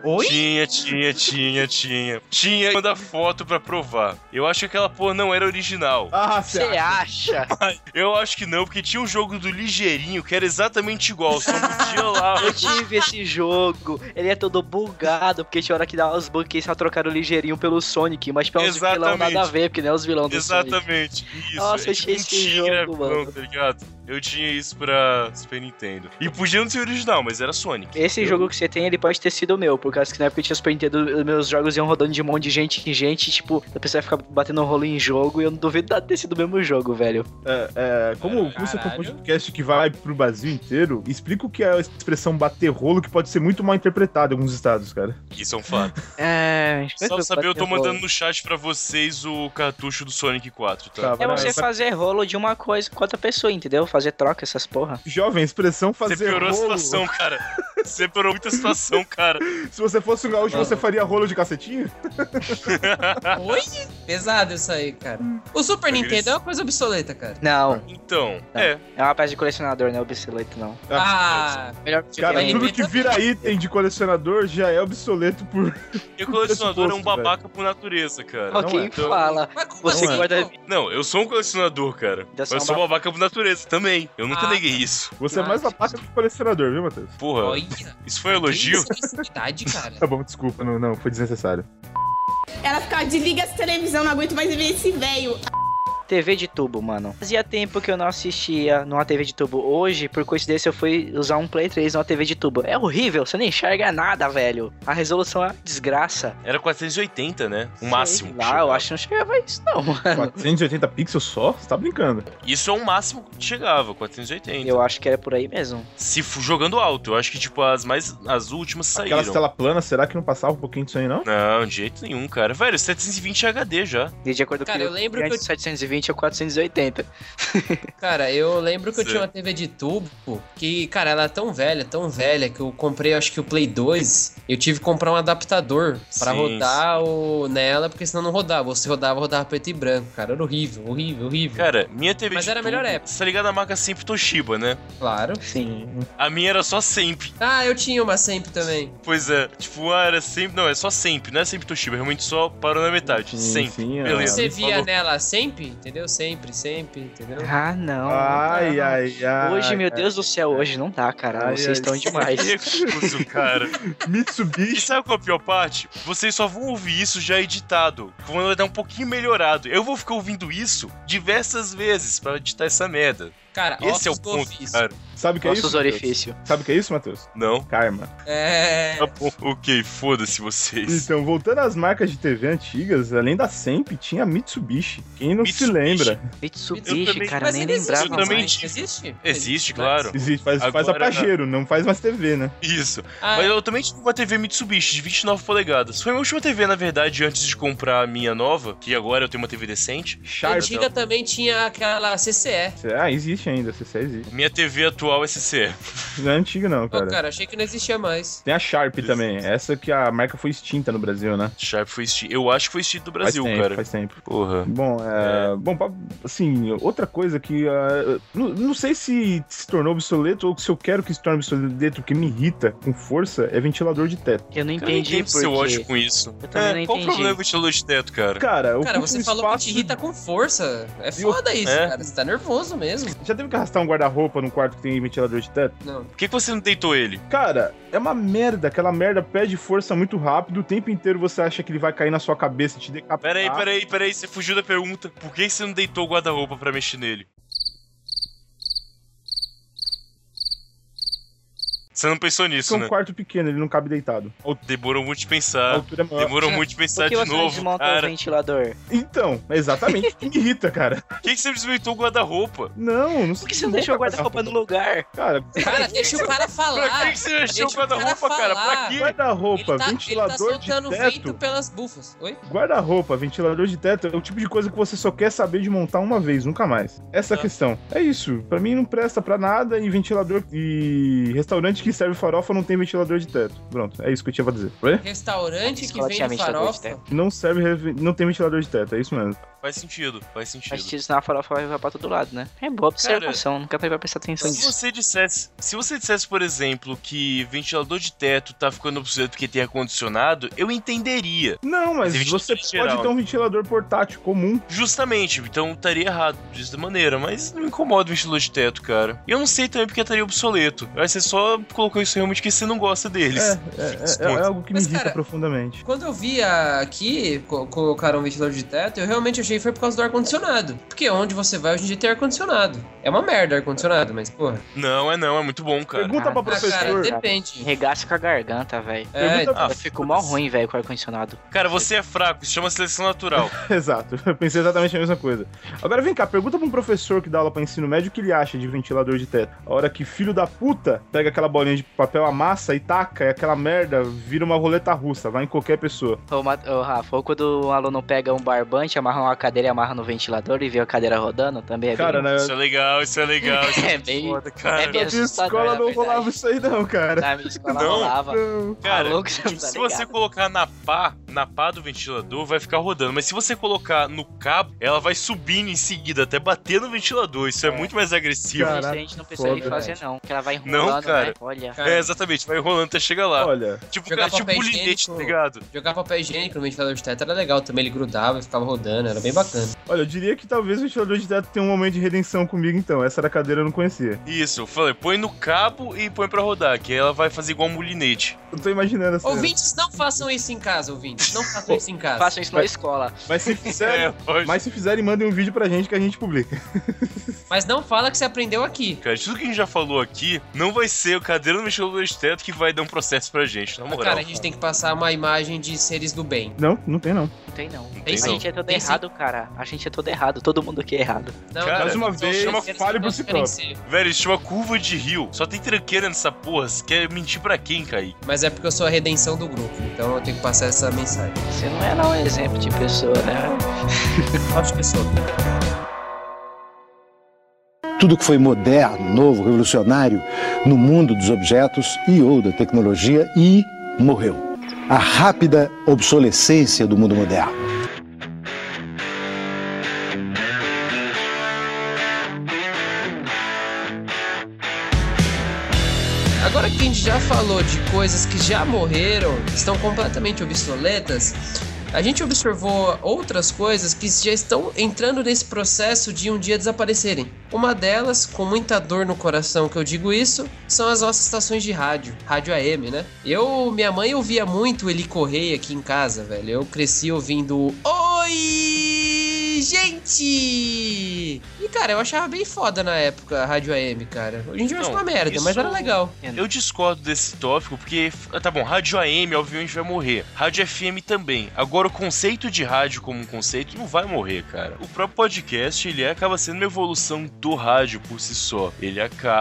Tinha, manda foto pra provar. Eu acho que aquela porra não era original. Ah, Você acha? Eu acho que não, porque tinha um jogo do Ligeirinho que era exatamente igual, só podia lá. Eu tive esse jogo, ele é todo bugado, porque tinha hora que dava os bugs que só trocaram o ligeirinho pelo Sonic, mas pra uns vilão Exatamente. nada a ver, porque nem os vilões do Sonic. Exatamente, isso. Nossa, eu tipo tinha um esse tigre jogo, grafão, mano. tá ligado? Eu tinha isso pra Super Nintendo. E podia não ser original, mas era Sonic. Esse jogo que você tem, ele pode ter sido meu, por causa que na época eu tinha Super Nintendo, os meus jogos iam rodando de mão de gente em gente, tipo, a pessoa ia ficar batendo rolo em jogo, e eu não duvido nada de ter sido o mesmo jogo, velho. Como você for um podcast que vai pro Brasil inteiro, explica o que é a expressão bater rolo, que pode ser muito mal interpretada em alguns estados, cara. Isso é um fato. Só Só pra saber, eu tô mandando no chat pra vocês o cartucho do Sonic 4, tá? É você fazer rolo de uma coisa com outra pessoa, entendeu? Fazer troca, essas porra. Jovem, expressão fazer Você piorou rolo. a situação, cara. Você piorou muita situação, cara. Se você fosse um gaúcho, você faria rolo de cacetinho? Oi? Pesado isso aí, cara. O Super Nintendo é uma coisa obsoleta, cara. Não, Então, Não. é. é uma peça de colecionador, não é obsoleto, não. Ah, Melhor Cara, Ele tudo que vira item de colecionador já é obsoleto por... E o colecionador é um pressuposto, babaca por natureza, cara. Ok, é. Então- fala. mas como Você assim? guarda. Não, eu sou um colecionador, cara. Deve Mas ser eu um sou babaca por natureza também. Eu nunca Ah. neguei isso. Você é mais babaca que colecionador, viu, Matheus? Porra, Olha, isso foi elogio? que necessidade, cara. Tá bom, desculpa, não, foi desnecessário. Ela ficava, desliga essa televisão, não aguento mais ver esse velho. TV de tubo, mano. Fazia tempo que eu não assistia numa TV de tubo. Hoje, por coincidência, eu fui usar um Play 3 numa TV de tubo. É horrível, você não enxerga nada, velho. A resolução é uma desgraça. Era 480, né? O máximo. Lá, eu acho que não chegava a isso, não, mano. 480 pixels só? Você tá brincando. Isso é o máximo que chegava, 480. Eu acho que era por aí mesmo. Se jogando alto, eu acho que, tipo, as últimas saíram. Aquelas tela plana, será que não passava um pouquinho disso aí, não? Não, de jeito nenhum, cara. Velho, 720 HD já. E de acordo cara, com eu lembro que 720 a 480. Cara, eu lembro que eu tinha uma TV de tubo que, cara, ela é tão velha, que eu comprei, acho que o Play 2, eu tive que comprar um adaptador pra rodar nela, porque senão não rodava. Você rodava preto e branco, cara. Era horrível. Cara, minha TV Mas de era a melhor época. Você tá ligado a marca sempre Toshiba, né? Claro. Sim. A minha era só sempre. Ah, eu tinha uma sempre também. Pois é. Tipo, era sempre... Não, é só sempre. Não é sempre Toshiba. Realmente só parou na metade. Sempre. Sim, beleza. Você via nela sempre, entendeu? Sempre, entendeu? Ah, não. Ai. Hoje, meu Deus do céu, hoje não dá, cara. Vocês estão demais. Recuso, cara. Mitsubishi. E sabe qual é a pior parte? Vocês só vão ouvir isso já editado. Quando vai dar um pouquinho melhorado. Eu vou ficar ouvindo isso diversas vezes pra editar essa merda. Cara, esse é o ponto, cara. Sabe o que é isso? Nossos orifícios. Sabe o que é isso, Matheus? Não. Karma. Tá bom. Ok, foda-se vocês. Então, voltando às marcas de TV antigas, além da Sempre, tinha a Mitsubishi. Quem não se lembra? Mitsubishi, cara, Mas nem ele lembrava. Eu também mais. tinha. Existe? Existe, claro. Existe, faz a Agora- Pajero, não faz mais TV, né? Isso. Ah, Mas eu também tive uma TV Mitsubishi de 29 polegadas. Foi a minha última TV, na verdade, antes de comprar a minha nova, que agora eu tenho uma TV decente. a Sharp. antiga também tinha aquela CCE. Ah, existe ainda, CC existe. Minha TV atual é CCE. Não é antiga não, Pô, cara. cara, achei que não existia mais. Tem a Sharp também, essa que a marca foi extinta no Brasil, né? Sharp foi extinto. Eu acho que foi extinto do Brasil, faz tempo, cara. Faz tempo. Porra. Bom, assim, outra coisa que... não sei se se tornou obsoleto ou se eu quero que se torne obsoleto, que me irrita com força, é ventilador de teto. Eu não Cara, eu entendi entendo seu por ódio quê. com isso. Eu também não Qual o entendi. problema com o ventilador de teto, cara? Cara, Cara, você falou que te irrita com força. É foda isso, cara. Você tá nervoso mesmo. Já teve que arrastar um guarda-roupa num quarto que tem ventilador de teto? Não. Por que você não deitou ele? Cara, é uma merda. Aquela merda pede força muito rápido. O tempo inteiro você acha que ele vai cair na sua cabeça e te decapitar. Peraí. Você fugiu da pergunta. Por que você não deitou o guarda-roupa pra mexer nele? Você não pensou nisso, É um né? quarto pequeno, ele não cabe deitado. Demorou muito de A pensar. altura é maior. Demorou muito de pensar Por que de você não novo, desmonta o cara. ventilador? Então, é exatamente o que me irrita, cara. Por que você desmontou o guarda-roupa? Não Por que você não deixou o guarda-roupa no lugar? Cara, Cara, deixa o cara falar. Pra que você mexeu o Deixa o cara guarda-roupa, cara? Pra falar. quê? guarda-roupa, Ele tá ventilador soltando de vento teto. pelas bufas. Oi? Guarda-roupa, ventilador de teto é o tipo de coisa que você só quer saber de montar uma vez, nunca mais. Essa é a questão. É isso. Pra mim não presta pra nada e ventilador e restaurante que serve farofa não tem ventilador de teto. Pronto, é isso que eu tinha pra dizer. Oi? Restaurante que Escola tinha vende ventilador de farofa. teto. Não tem ventilador de teto, é isso mesmo. Faz sentido. Faz sentido, senão a farofa vai pra todo lado, né? É boa observação, nunca parei pra prestar atenção Se nisso. você dissesse, por exemplo, que ventilador de teto tá ficando obsoleto porque tem ar-condicionado, eu entenderia. Não, mas Tem você ventilador geral. pode ter um ventilador portátil comum. Justamente, então estaria errado dessa maneira, mas não me incomoda o ventilador de teto, cara. E eu não sei também porque estaria obsoleto. Aí você só colocou isso realmente porque você não gosta deles. É algo que me Mas, irrita cara, profundamente. Quando eu vi aqui, colocaram um ventilador de teto, eu realmente achei que foi por causa do ar-condicionado. Porque onde você vai hoje em dia tem ar-condicionado. É uma merda ar-condicionado, mas porra. Não, é muito bom, cara. Pergunta pra Ah, cara, professor. depende. Regaça com a garganta, velho. Pergunta Eu fico mó ruim, velho, com ar-condicionado. Cara, você é fraco, isso chama seleção natural. Exato, eu pensei exatamente a mesma coisa. Agora vem cá, pergunta pra um professor que dá aula pra ensino médio o que ele acha de ventilador de teto. A hora que filho da puta pega aquela bolinha de papel, amassa e taca, e aquela merda vira uma roleta russa, vai em qualquer pessoa. Ô, Rafa, ou quando o aluno pega um barbante, amarra uma cadeira e amarra no ventilador e vê a cadeira rodando, também é Cara, bem... né? Isso é legal. Isso É bem... foda, cara. É bem Na minha assustador, escola na não verdade. rolava isso aí não, cara. Na minha escola Não? rolava. Não. Cara, Maluco, você tipo, não tá se você ligado. colocar na pá do ventilador, vai ficar rodando. Mas se você colocar no cabo, ela vai subindo em seguida, até bater no ventilador. Isso é muito mais agressivo. Cara, Isso a gente não precisa foda, fazer, velho. não. Que ela vai Não, enrolando, cara. né? Olha. Cara, É, exatamente, vai enrolando até chegar lá. Olha, Tipo, Jogar cara, tipo papel bulinete, higiênico. tá ligado? Jogar papel higiênico no ventilador de teto era legal também, ele grudava e ficava rodando, era bem bacana. olha, eu diria que talvez o ventilador de teto tenha um momento de redenção comigo então. Essa era a cadeira eu não conhecia. Isso, eu falei, põe no cabo e põe pra rodar, que aí ela vai fazer igual um mulinete. Eu tô imaginando assim. Ouvintes, não façam isso em casa, ouvintes. não façam isso em casa. Façam isso na escola. Mas se fizerem, mandem um vídeo pra gente que a gente publica. Mas não fala que você aprendeu aqui. Cara, tudo que a gente já falou aqui, não vai ser o Cadeira no Mexedor de Teto que vai dar um processo pra gente, na moral. Cara, a gente tem que passar uma imagem de seres do bem. Não tem não. Não tem não. Tem A sim. gente é todo Tem errado, cara. A gente é todo errado. Todo mundo aqui é errado. Não, Cara, mais uma vez, fale por si próprio. Velho, isso chama curva de rio. Só tem tranqueira nessa porra. Você quer mentir pra quem, Kaique? Mas é porque eu sou a redenção do grupo, então eu tenho que passar essa mensagem. Você não é não um exemplo de pessoa, né? Qual pessoa? Tudo que foi moderno, novo, revolucionário no mundo dos objetos e ou da tecnologia e morreu. A rápida obsolescência do mundo moderno. Agora que a gente já falou de coisas que já morreram, estão completamente obsoletas, a gente observou outras coisas que já estão entrando nesse processo de um dia desaparecerem. Uma delas, com muita dor no coração que eu digo isso, são as nossas estações de rádio AM, né? Minha mãe ouvia muito Eli Correia aqui em casa, velho. Eu cresci ouvindo Oi, gente! E, cara, eu achava bem foda na época a rádio AM, cara. Hoje em dia eu acho uma merda, mas era legal. Eu discordo desse tópico, porque, tá bom, rádio AM obviamente vai morrer. Rádio FM também. Agora, o conceito de rádio como um conceito não vai morrer, cara. O próprio podcast, ele acaba sendo uma evolução do rádio por si só. Ele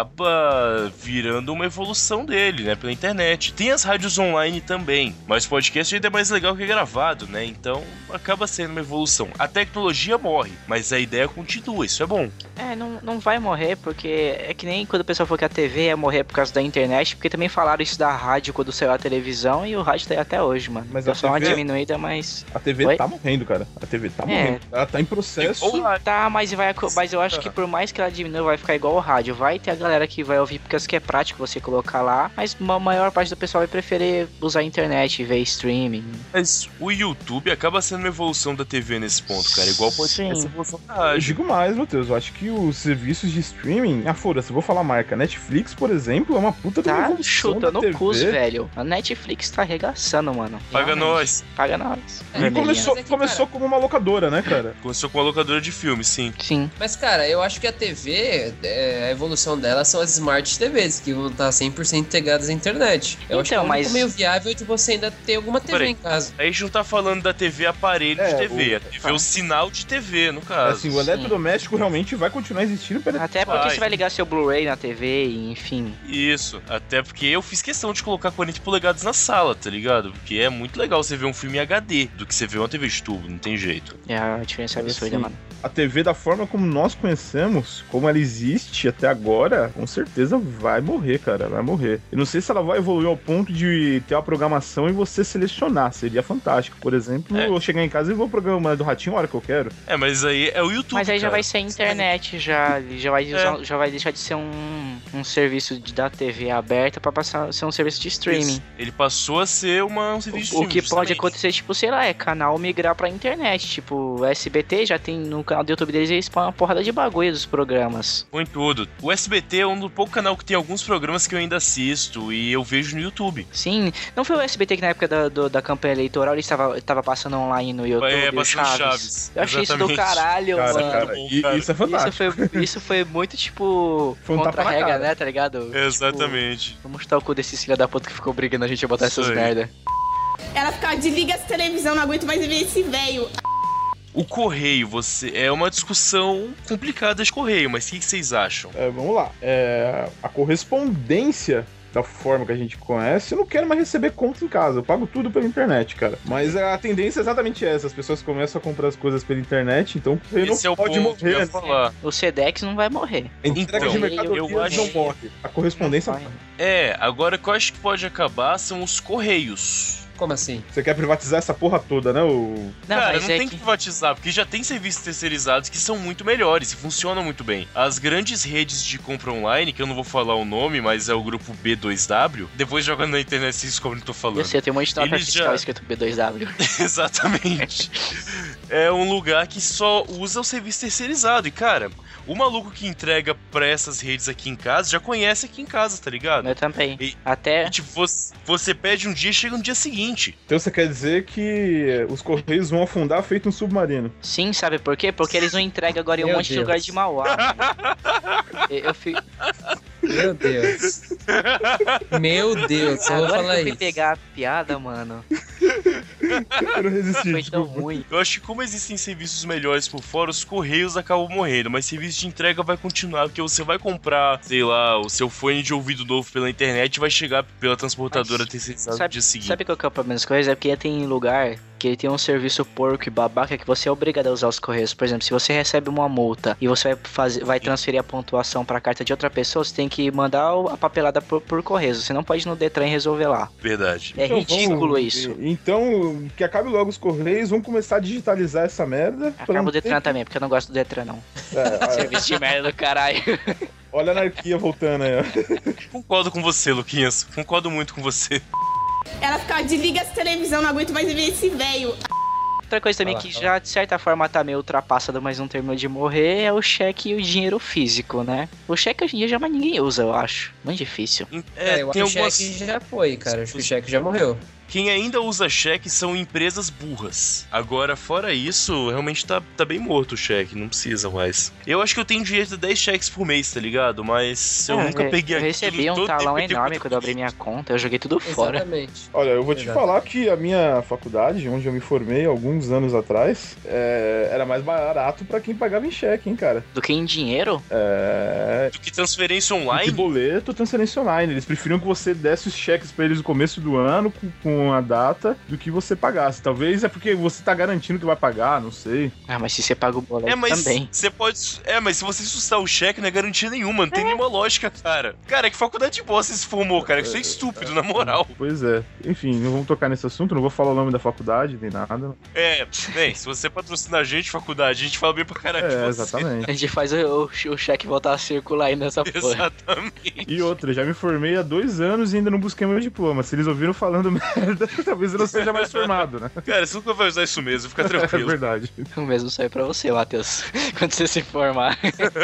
acaba virando uma evolução dele, né, pela internet. Tem as rádios online também, mas o podcast ainda é mais legal que gravado, né? Então, acaba sendo uma evolução. A tecnologia morre, mas a ideia continua, isso é bom. Não vai morrer, porque é que nem quando o pessoal falou que a TV ia morrer por causa da internet, porque também falaram isso da rádio quando saiu a televisão, e o rádio tá aí até hoje, mano. Mas só uma diminuída, mas... A TV tá morrendo, cara. A TV tá morrendo. Ela tá em processo. Tá, mas eu acho que por mais que ela diminua, vai ficar igual o rádio. Vai ter a galera que vai ouvir porque é prático você colocar lá, mas a maior parte do pessoal vai preferir usar a internet e ver streaming. Mas o YouTube acaba sendo uma evolução da TV nesse ponto, cara. Igual pode ser essa evolução da rádio. Eu digo mais, Matheus. Eu acho que os serviços de streaming... foda-se, eu vou falar marca. Netflix, por exemplo, é uma puta de uma evolução chuta da no cus, velho. A Netflix tá arregaçando, mano. Paga nós. Paga nós. E começou como uma locadora, né, cara? Começou com uma locadora de filmes, sim. Sim. Mas, cara, eu acho que a TV, a evolução dela são as Smart TVs, que vão estar 100% integradas à internet. Eu acho que é meio viável de você ainda ter alguma TV em casa. A gente não tá falando da TV aparelho de TV. A TV é o sinal de TV, no caso. Assim, o eletrodoméstico realmente vai continuar existindo. Até porque você vai ligar seu Blu-ray na TV, enfim. Isso. Até porque eu fiz questão de colocar 40 polegadas na sala, tá ligado? Porque é muito legal você ver um filme em HD do que você ver uma TV de tubo, não tem jeito. A diferença é absurda, mano. A TV da forma como nós conhecemos, como ela existe até agora, com certeza vai morrer, cara, vai morrer. Eu não sei se ela vai evoluir ao ponto de ter uma programação e você selecionar, seria fantástico. Por exemplo, eu chegar em casa e vou programar do Ratinho a hora que eu quero. Mas aí é o YouTube, mas aí cara. Já vai ser internet, já vai deixar de ser um serviço da TV aberta pra passar a ser um serviço de streaming. Isso. Ele passou a ser um serviço de streaming. O que pode acontecer, tipo, sei lá, é canal migrar pra internet, tipo, o SBT já tem no canal do YouTube deles, eles põem uma porrada de bagulho dos programas. Põe tudo. O SBT é um do pouco canal que tem alguns programas que eu ainda assisto e eu vejo no YouTube. Sim, não foi o SBT que na época da campanha eleitoral ele estava passando online no YouTube, passando Chaves. Eu achei isso do caralho, mano. Cara, isso é fantástico. Isso foi muito, tipo, foi contra-regra, né, tá ligado? Exatamente. Tipo, vamos chutar o cu desses filha da puta que ficou brigando a gente a botar essas merda. Ela ficava, desliga essa televisão, não aguento mais ver esse velho. O correio, é uma discussão complicada de correio, mas o que vocês acham? Vamos lá. A correspondência da forma que a gente conhece, eu não quero mais receber conta em casa, eu pago tudo pela internet, cara. Mas a tendência é exatamente essa, as pessoas começam a comprar as coisas pela internet, então esse não pode morrer, né? Falar. O Sedex não vai morrer. A entrega de mercadorias não morre, a correspondência morre. Agora o que eu acho que pode acabar são os correios. Como assim? Você quer privatizar essa porra toda, né? Cara, não tem que privatizar, porque já tem serviços terceirizados que são muito melhores e funcionam muito bem. As grandes redes de compra online, que eu não vou falar o nome, mas é o grupo B2W, depois jogando na internet vocês descobrem o que eu tô falando. Eu sei, tem um monte de nota fiscal escrito B2W. Exatamente. é um lugar que só usa o serviço terceirizado. E, cara, o maluco que entrega pra essas redes aqui em casa já conhece aqui em casa, tá ligado? Eu também. E, tipo, você pede um dia e chega no dia seguinte. Então você quer dizer que os Correios vão afundar feito um submarino? Sim, sabe por quê? Porque eles não entregam agora em um monte de lugar de Mauá. Eu fico... Meu Deus. Meu Deus, eu vou Agora falar que eu fui isso. pegar a piada, mano. Eu não resisti. Foi tão ruim. Eu acho que como existem serviços melhores por fora, os Correios acabam morrendo, mas serviço de entrega vai continuar, porque você vai comprar, sei lá, o seu fone de ouvido novo pela internet e vai chegar pela transportadora terceirizada no dia seguinte. Sabe qual que é o problema das coisas? É porque tem lugar que ele tem um serviço porco e babaca que você é obrigado a usar os Correios. Por exemplo, se você recebe uma multa e você vai transferir a pontuação pra carta de outra pessoa, você tem que mandar a papelada por Correios. Você não pode ir no Detran e resolver lá. Verdade. É ridículo isso. Então, que acabe logo os Correios, vamos começar a digitalizar essa merda. Acaba o Detran também, porque eu não gosto do Detran, não. Serviço de merda do caralho. Olha a anarquia voltando aí, ó. Concordo com você, Luquinhas. Concordo muito com você. Ela ficava, desliga essa televisão, não aguento mais ver esse velho. Outra coisa também que já, de certa forma, tá meio ultrapassada, mas não terminou de morrer, é o cheque e o dinheiro físico, né? O cheque hoje em dia já mais ninguém usa, eu acho. Muito difícil. Eu acho que o cheque já foi, cara. Acho que o cheque já morreu. Quem ainda usa cheque são empresas burras. Agora, fora isso, realmente tá bem morto o cheque, não precisa mais. Eu acho que eu tenho direito a 10 cheques por mês, tá ligado? Mas eu nunca peguei aquilo. Eu recebi um talão enorme quando eu abri minha conta, eu joguei tudo fora. Exatamente. Olha, eu vou te falar que a minha faculdade, onde eu me formei alguns anos atrás, era mais barato pra quem pagava em cheque, hein, cara? Do que em dinheiro? Do que transferência online? Do que boleto, transferência online. Eles preferiam que você desse os cheques pra eles no começo do ano, com a data, do que você pagasse. Talvez é porque você tá garantindo que vai pagar, não sei. Ah, mas se você paga o boleto também. Você pode... mas se você sustar o cheque, não é garantia nenhuma, não tem nenhuma lógica, cara. Cara, que faculdade de bosta você se formou, cara? Isso é estúpido, na moral. Pois é. Enfim, não vamos tocar nesse assunto, não vou falar o nome da faculdade, nem nada. Bem, se você patrocinar a gente, faculdade, a gente fala bem pra caralho de você. Exatamente. A gente faz o cheque voltar a circular aí nessa porra. Exatamente. E outra, já me formei há 2 anos e ainda não busquei meu diploma. Se eles ouviram falando merda, talvez eu não seja mais formado, né? Cara, você nunca vai usar isso mesmo, fica tranquilo. É verdade. O mesmo sai pra você, Matheus, quando você se formar.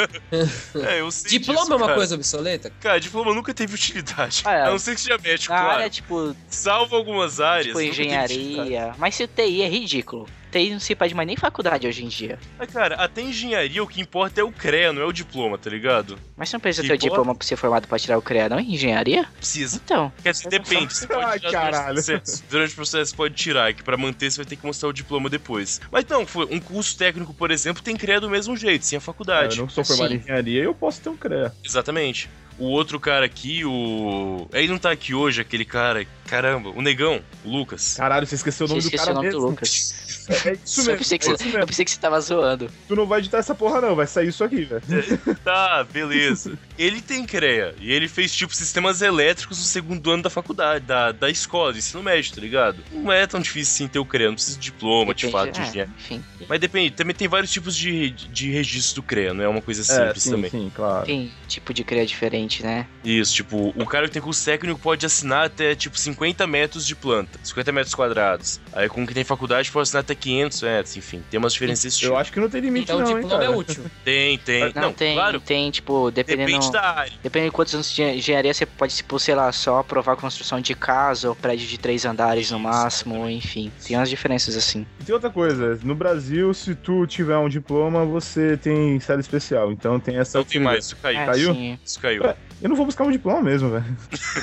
Eu sei diploma disso, é uma cara. coisa obsoleta? Cara, diploma nunca teve utilidade. A não ser que seja médico, na claro. área, tipo... Salvo algumas áreas. Tipo, engenharia. Mas se o TI é ridículo. TI não se pede mais nem faculdade hoje em dia. Mas, cara, até engenharia o que importa é o CREA, não é o diploma, tá ligado? Mas você não precisa ter o diploma pra ser formado pra tirar o CREA, não? Em engenharia? Precisa. Então. Quer dizer, depende. Você pode tirar durante o processo, você pode tirar, que pra manter você vai ter que mostrar o diploma depois. Mas não, um curso técnico, por exemplo, tem CREA do mesmo jeito, sem a faculdade. Eu não sou formado em engenharia, eu posso ter um CREA. Exatamente. O outro cara aqui, ele não tá aqui hoje, aquele cara... Caramba, o Negão, o Lucas. Caralho, você esqueceu o nome do cara mesmo. Do Lucas. É isso mesmo. Eu pensei que você tava zoando. Tu não vai editar essa porra não, vai sair isso aqui, velho. Tá, beleza. Ele tem CREA, e ele fez, tipo, sistemas elétricos no segundo ano da faculdade, da escola, do ensino médio, tá ligado? Não é tão difícil assim ter o CREA, não precisa de diploma, de fato, de engenharia. Enfim. Mas depende, também tem vários tipos de registro do CREA, não é uma coisa simples também. Sim, claro. Tem tipo de CREA diferente, né? Isso, tipo, o cara que tem curso técnico pode assinar até, tipo, 50 metros de planta, 50 metros quadrados. Aí com quem tem faculdade pode assinar até 500 metros, enfim, tem umas diferenças desse tipo. Eu acho que não tem limite então, não, o diploma é útil. Tem. Não, tem, claro. tem, tipo, Depende da área. Dependendo de quantos anos de engenharia, você pode, tipo, sei lá, só aprovar a construção de casa ou prédio de 3 andares no máximo, enfim. Tem umas diferenças assim. E tem outra coisa, no Brasil, se tu tiver um diploma, você tem série especial, então tem essa... Não tem mais, isso caiu. Caiu? Sim. Isso caiu. Eu não vou buscar um diploma mesmo, velho.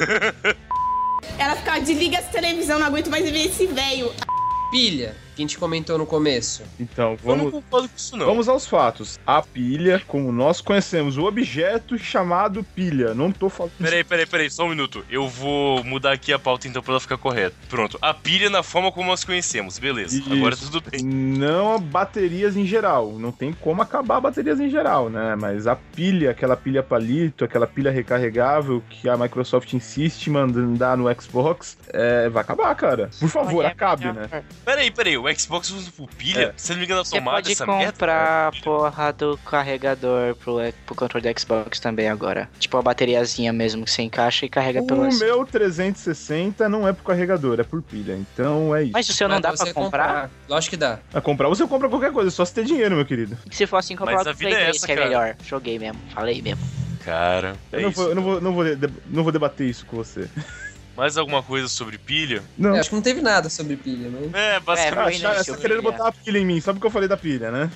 Ela ficava, desliga essa televisão, não aguento mais ver esse velho. Pilha, que a gente comentou no começo. Então, Eu não concordo com isso, não. Vamos aos fatos. A pilha, como nós conhecemos, o objeto chamado pilha. Não tô falando... Peraí, só um minuto. Eu vou mudar aqui a pauta então pra ela ficar correta. Pronto. A pilha na forma como nós conhecemos, beleza. Isso. Agora tudo bem. Não baterias em geral. Não tem como acabar baterias em geral, né? Mas a pilha, aquela pilha palito, aquela pilha recarregável que a Microsoft insiste em mandar no Xbox, vai acabar, cara. Por favor, acabe, né? Peraí, o o Xbox usa por pilha? Se não me engano, a Você tomada pode essa merda. comprar a porra do carregador pro controle do Xbox também agora. Tipo a bateriazinha mesmo que você encaixa e carrega pelo O meu 360 não é por carregador, é por pilha. Então é isso. Mas o seu não dá pra comprar? Lógico que dá. A comprar você compra qualquer coisa, só se ter dinheiro, meu querido. Se for assim, comprar Mas o a vida Play é 3, essa, que é cara. melhor. Joguei mesmo, falei mesmo. Cara, Eu não vou debater isso com você. Mais alguma coisa sobre pilha? Não. Acho que não teve nada sobre pilha, né? Basicamente. Você tá querendo botar a pilha em mim, só porque eu falei da pilha, né?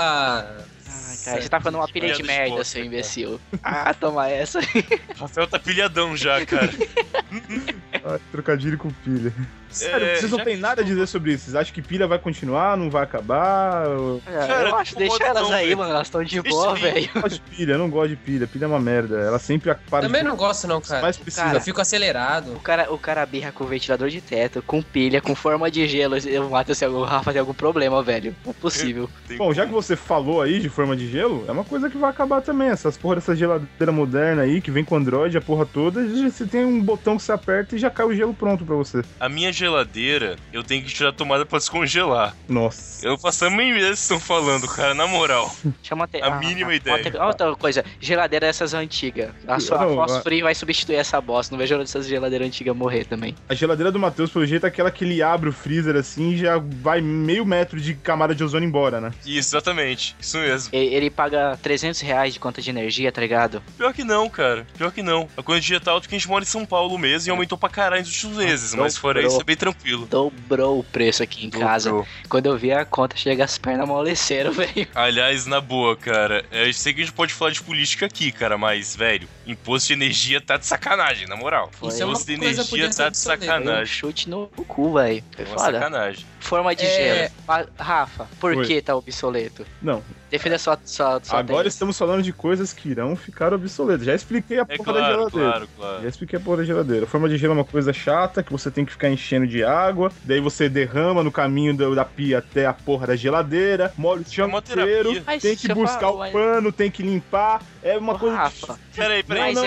Cara, você tá falando uma pilha de merda, seu imbecil. Ah, toma essa. Rafael tá pilhadão já, cara. Ai, trocadilho com pilha. Sério, vocês não tem nada a dizer sobre isso. Vocês acham que pilha vai continuar, não vai acabar? Cara, eu acho, deixa elas aí, mano. Elas estão de boa, velho. Eu não gosto de pilha, eu não gosto de pilha. Pilha é uma merda. Ela sempre para. Também não gosto, não, cara. Mas precisa. Cara, eu fico acelerado. O cara birra com ventilador de teto, com pilha, com forma de gelo. Eu mato se o Rafa tem algum problema, velho. Não é possível. Bom, já que você falou aí de forma de gelo, é uma coisa que vai acabar também. Essas porra dessa geladeira moderna aí, que vem com Android, a porra toda, você tem um botão que você aperta e já cai o gelo pronto pra você. A minha geladeira, eu tenho que tirar a tomada pra descongelar. Nossa. Eu faço a mínima ideia do que estão falando, cara, na moral. Chama a mínima ideia. Outra coisa, geladeira dessas antigas. A sua fósforo vai substituir essa bosta. Não vejo essas geladeiras antigas morrer também. A geladeira do Matheus, pelo jeito, é aquela que ele abre o freezer assim e já vai meio metro de camada de ozônio embora, né? Isso, exatamente. Isso mesmo. Ele paga R$300 de conta de energia, tá ligado? Pior que não, cara. Pior que não. A conta de energia tá alta porque a gente mora em São Paulo mesmo e aumentou pra caralho nos últimos meses. Mas fora isso, é bem tranquilo. Dobrou o preço aqui em casa. Quando eu vi a conta, chega as pernas amoleceram, velho. Aliás, na boa, cara, eu sei que a gente pode falar de política aqui, cara, mas, velho, imposto de energia tá de sacanagem, na moral. Imposto de energia tá de sacanagem. Um chute no cu, velho. Foi foda. Sacanagem. Forma de gelo. Rafa, por que tá obsoleto? Não. Defenda a sua Agora estamos falando de coisas que irão ficar obsoletas. Já expliquei a porra da geladeira. Claro. Já expliquei a porra da geladeira. A forma de gelo é uma coisa chata, que você tem que ficar enchendo de água, daí você derrama no caminho da pia até a porra da geladeira, molha o chão inteiro, tem que buscar o pano, tem que limpar. É uma coisa... Rafa. Peraí.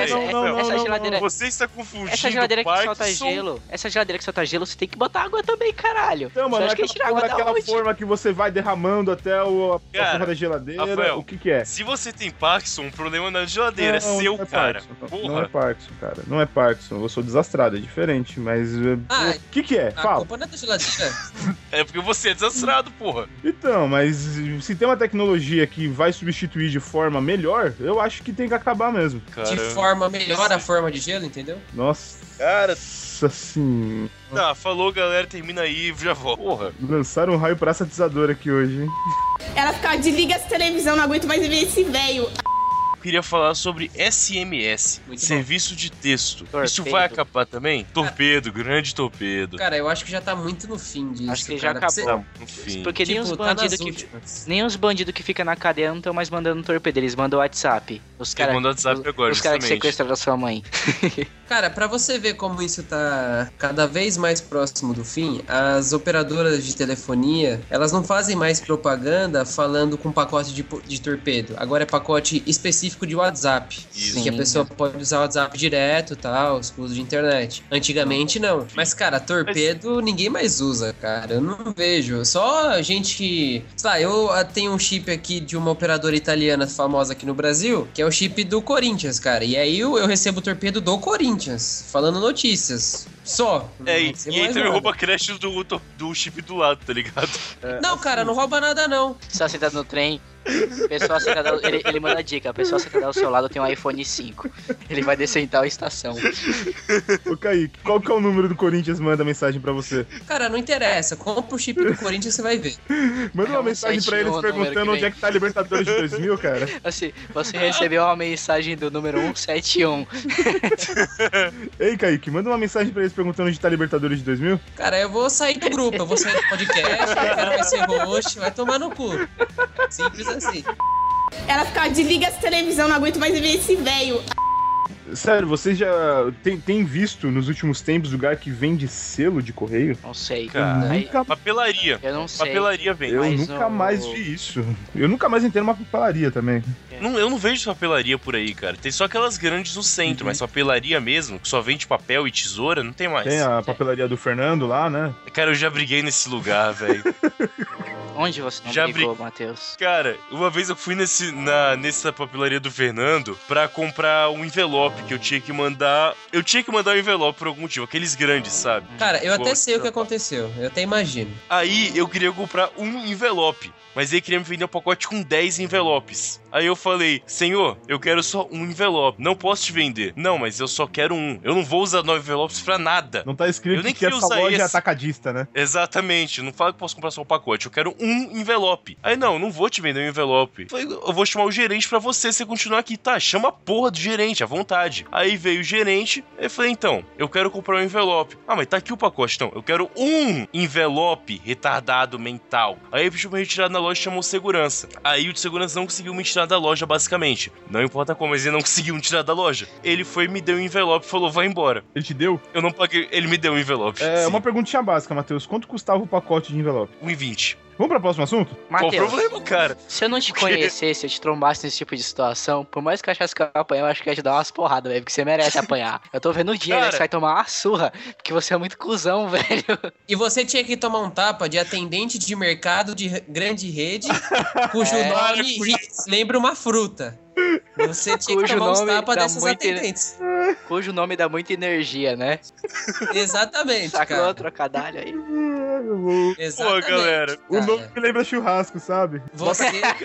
Essa geladeira... Você está confundindo essa geladeira que solta gelo. Essa geladeira que solta gelo, você tem que botar água também, caralho. Então, mano, aquela forma que você vai derramando até a porra da geladeira. Rafael, o que é? Se você tem Parkinson, o problema não é da geladeira, é seu, cara. Não é Parkinson, cara. Não é Parkinson. Eu sou desastrado, é diferente, mas... o que é? Fala. A culpa não é da geladeira. É porque você é desastrado, porra. Então, mas se tem uma tecnologia que vai substituir de forma melhor, eu acho que tem que acabar mesmo. De forma melhor a forma de gelo, entendeu? Nossa. Cara... assim... Tá, falou, galera, termina aí, já volto. Porra. Lançaram um raio praçatizador aqui hoje, hein? Ela fica, desliga essa televisão, não aguento mais ver esse velho. Eu queria falar sobre SMS, serviço de texto. Torpedo. Isso vai acabar também? Torpedo, grande torpedo. Cara, eu acho que já tá muito no fim disso. Acho que cara. já acabou. No fim. Porque Tipo, nem os bandidos que ficam na cadeia não estão mais mandando torpedo, eles mandam WhatsApp. Os caras agora, os caras que sequestraram a sua mãe. Cara, pra você ver como isso tá cada vez mais próximo do fim, as operadoras de telefonia, elas não fazem mais propaganda falando com pacote de torpedo. Agora é pacote específico de WhatsApp. Isso. Que a pessoa pode usar o WhatsApp direto e tal, os uso de internet. Antigamente não. Mas, cara, torpedo ninguém mais usa, cara. Eu não vejo. Só gente que... Sei lá, eu tenho um chip aqui de uma operadora italiana famosa aqui no Brasil, que é o chip do Corinthians, cara. E aí eu recebo o torpedo do Corinthians, falando notícias. Só. E aí também rouba crédito do chip do lado, tá ligado? Não, cara, não rouba nada, não. Só sentado no trem, pessoa sentada, ele manda a dica, a pessoa sentada ao seu lado tem um iPhone 5. Ele vai descer em tal estação. Ô, Kaique, qual que é o número do Corinthians manda mensagem pra você? Cara, não interessa. Compra o chip do Corinthians, você vai ver. Manda uma mensagem pra eles perguntando onde é que tá a Libertadores de 2000, cara. Assim, você recebeu uma mensagem do número 171. Ei, Kaique, manda uma mensagem pra eles perguntando onde tá a Libertadores de 2000. Cara, eu vou sair do grupo, eu vou sair do podcast, o cara vai ser host, vai tomar no cu. Simples assim. Ela fica, desliga essa televisão, não aguento mais ver esse velho. Sério, vocês já tem visto nos últimos tempos lugar que vende selo de correio? Não sei. Cara, papelaria. Eu não sei. Papelaria vem. Eu nunca mais vi isso. Eu nunca mais entrei numa papelaria também. Eu não vejo papelaria por aí, cara. Tem só aquelas grandes no centro, mas papelaria mesmo, que só vende papel e tesoura, não tem mais. Tem a papelaria do Fernando lá, né? Cara, eu já briguei nesse lugar, velho. Onde você não Já brigou, Matheus? Cara, uma vez eu fui nessa papelaria do Fernando pra comprar um envelope que eu tinha que mandar. Eu tinha que mandar um envelope por algum motivo, aqueles grandes, sabe? Cara, eu até sei o que aconteceu. Eu até imagino. Aí eu queria comprar um envelope, mas ele queria me vender um pacote com 10 envelopes. Aí eu falei, senhor, eu quero só um envelope, não posso te vender. Não, mas eu só quero um. Eu não vou usar 9 envelopes pra nada. Não tá escrito Eu nem que essa queria usar loja é esse. atacadista, né? Exatamente, não fala que posso comprar só um pacote, eu quero um envelope. Aí não vou te vender um envelope. Falei, eu vou chamar o gerente pra você continuar aqui. Tá, chama a porra do gerente, à vontade. Aí veio o gerente, eu falei, então, eu quero comprar um envelope. Ah, mas tá aqui o pacote, então, eu quero um envelope, retardado mental. Aí ele pediu pra retirar na loja e chamou o segurança. Aí o de segurança não conseguiu me tirar da loja, basicamente. Não importa como, mas ele não conseguiu me tirar da loja. Ele foi, me deu um envelope e falou, vai embora. Ele te deu? Eu não paguei, ele me deu um envelope. É sim. uma perguntinha básica, Matheus. Quanto custava o pacote de envelope? 1,20. Vamos para o próximo assunto? Qual o Matheus, problema, cara? se eu não te conhecesse, eu te trombasse nesse tipo de situação, por mais que eu achasse que eu ia apanhar, eu acho que ia te dar umas porradas, velho, porque você merece apanhar. Eu tô vendo o dia, Cara, né, você vai tomar uma surra, porque você é muito cuzão, velho. E você tinha que tomar um tapa de atendente de mercado de grande rede, cujo nome lembra uma fruta. Você tinha que Cujo tomar uns nome tapas dá dessas muito- atendentes. Cujo nome dá muita energia, né? Exatamente, Sacou cara. o trocadilho aí? Exatamente, Pô, galera, O cara. nome me lembra churrasco, sabe? Você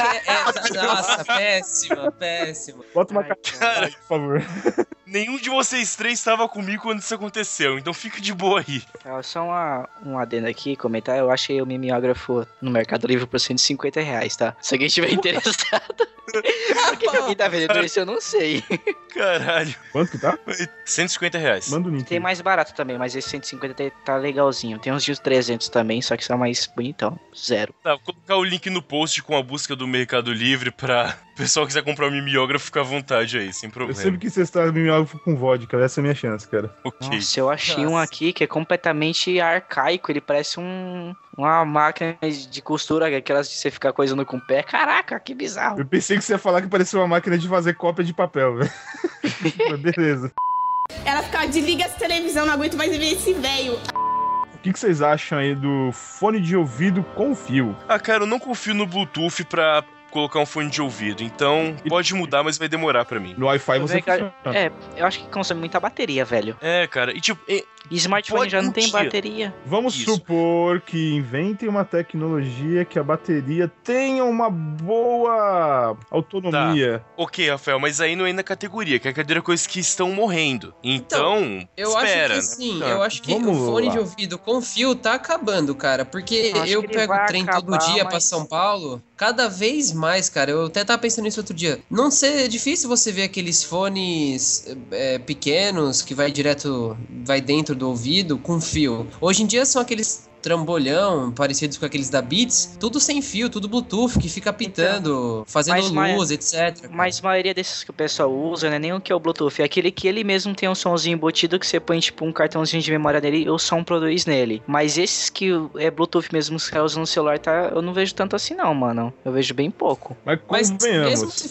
nossa, péssima. Bota uma Ai, cara, por favor. Nenhum de vocês três estava comigo quando isso aconteceu, então fica de boa aí. Só um adendo aqui, comentar, eu achei o mimeógrafo no Mercado Livre por R$150, tá? Se alguém estiver interessado. Por que alguém tá vendendo isso, eu não sei. Caralho. Quanto que tá? R$150. Manda o link. Tem mais barato também, mas esse 150 tá legalzinho. Tem uns de 300 também, só que são mais bonitão. 0. Tá, vou colocar o link no post com a busca do Mercado Livre pra o pessoal que quiser comprar um mimeógrafo ficar à vontade aí, sem Eu problema. sempre quis testar mimeógrafo com vodka, essa é a minha chance, cara. Ok. Nossa, eu achei um Nossa. aqui que é completamente arcaico. Ele parece uma máquina de costura, aquelas de você ficar coisando com o pé. Caraca, que bizarro. Eu pensei que você ia falar que parecia uma máquina de fazer cópia de papel, velho. Mas beleza. Ela ficava, desliga essa televisão, não aguento mais ver esse velho. O que vocês acham aí do fone de ouvido com fio? Ah, cara, eu não confio no Bluetooth pra colocar um fone de ouvido, então pode mudar, mas vai demorar pra mim. No Wi-Fi você funciona. Eu acho que consome muita bateria, velho. É, cara, e tipo... E smartphone Pode já não um tem dia. bateria. Vamos Isso. supor que inventem uma tecnologia que a bateria tenha uma boa autonomia. Ok, Rafael, mas aí não é na categoria, que é a cadeira coisas que estão morrendo. Então, Eu espera, acho que sim, né? eu acho que Vamos o fone lá. de ouvido com fio tá acabando, cara. Porque Acho eu que ele pego vai o trem todo acabar, dia pra mas- São Paulo, cada vez mais, cara. Eu até tava pensando nisso outro dia. Não sei, é difícil você ver aqueles fones pequenos que vai dentro do ouvido com fio. Hoje em dia são aqueles trambolhão, parecidos com aqueles da Beats, tudo sem fio, tudo Bluetooth, que fica pitando, fazendo luz, etc. Mas a maioria desses que o pessoal usa, não é nem o que é o Bluetooth, é aquele que ele mesmo tem um somzinho embutido que você põe tipo um cartãozinho de memória nele e o som produz nele. Mas esses que é Bluetooth mesmo que você usa no celular, tá, eu não vejo tanto assim não, mano. Eu vejo bem pouco. Mas convenhamos.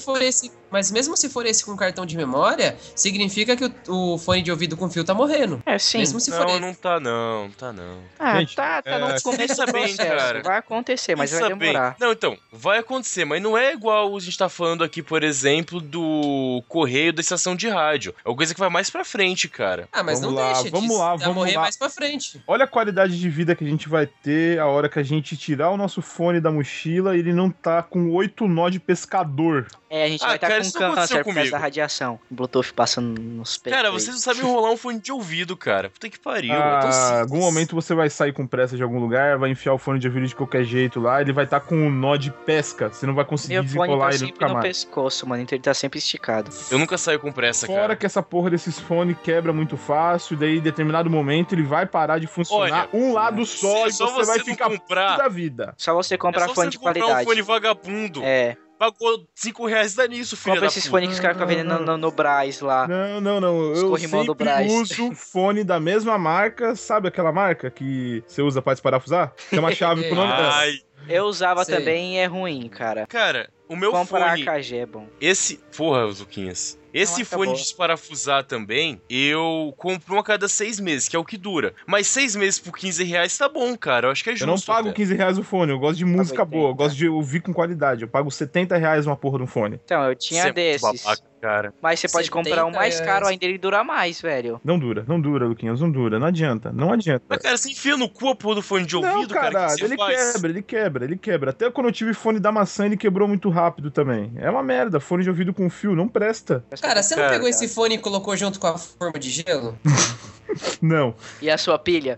Mesmo se for esse com cartão de memória, significa que o fone de ouvido com fio tá morrendo. É, sim. Mesmo se for Não, esse. não tá não, tá não. Ah, Gente, tá no começo pensa do bem, processo. cara. Vai acontecer, mas vai Pensa bem. demorar. Não, então, vai acontecer, mas não é igual a gente tá falando aqui, por exemplo, do correio da estação de rádio. É uma coisa que vai mais pra frente, cara. Ah, mas Vamos não lá, deixa vamos lá, de vamos morrer lá. mais pra frente. Olha a qualidade de vida que a gente vai ter a hora que a gente tirar o nosso fone da mochila e ele não tá com 8 nó de pescador. É, a gente vai estar cara, com isso não aconteceu câncer por causa comigo. da radiação. Bluetooth passando nos peitos. Cara, vocês não sabem enrolar um fone de ouvido, cara. Puta que pariu. é tão Ah, simples. algum momento você vai sair com pressa de algum lugar, vai enfiar o fone de ouvido de qualquer jeito lá, ele vai estar com um nó de pesca, você não vai conseguir Meu fone desenrolar tá ele sempre nunca no mais. pescoço, mano, então ele tá sempre esticado. Eu nunca saio com pressa, Fora cara. que essa porra desses fones quebra muito fácil, daí em determinado momento ele vai parar de funcionar Olha, um lado só e só você vai não ficar comprar. da vida. Só você É comprar só fone você de comprar qualidade. um fone vagabundo. É, Pagou R$5 dá nisso, filho compra da esses puta. fones que os caras ficam vendendo no Brás lá. Não. Os Eu corrimão do sempre Brás. uso fone da mesma marca, sabe aquela marca que você usa pra desparafusar? Tem uma chave com o nome dela. Ai, Eu usava Sei. também e é ruim, cara. cara, o meu Comprar fone... AKG é bom. Porra, Luquinhas. Esse Nossa, fone boa. de desparafusar também, eu compro um a cada 6 meses, que é o que dura. Mas 6 meses por R$15 tá bom, cara. Eu acho que é justo. Eu não pago até. R$15 o fone, eu gosto de música 80. boa, eu gosto de ouvir com qualidade. Eu pago R$70 uma porra de um fone. Então, eu tinha Você é muito desses. babaca, cara. Mas você pode comprar um mais caro ainda, ele dura mais, velho. Não dura, Luquinhas, não dura. Não adianta. Mas, cara, você enfia no cu a porra do fone de ouvido, Não, cara, caralho, o que você ele faz? quebra. Até quando eu tive fone da maçã, ele quebrou muito rápido também. É uma merda, fone de ouvido com fio, não presta. Cara, você não pegou esse fone e colocou junto com a forma de gelo? Não. E a sua pilha?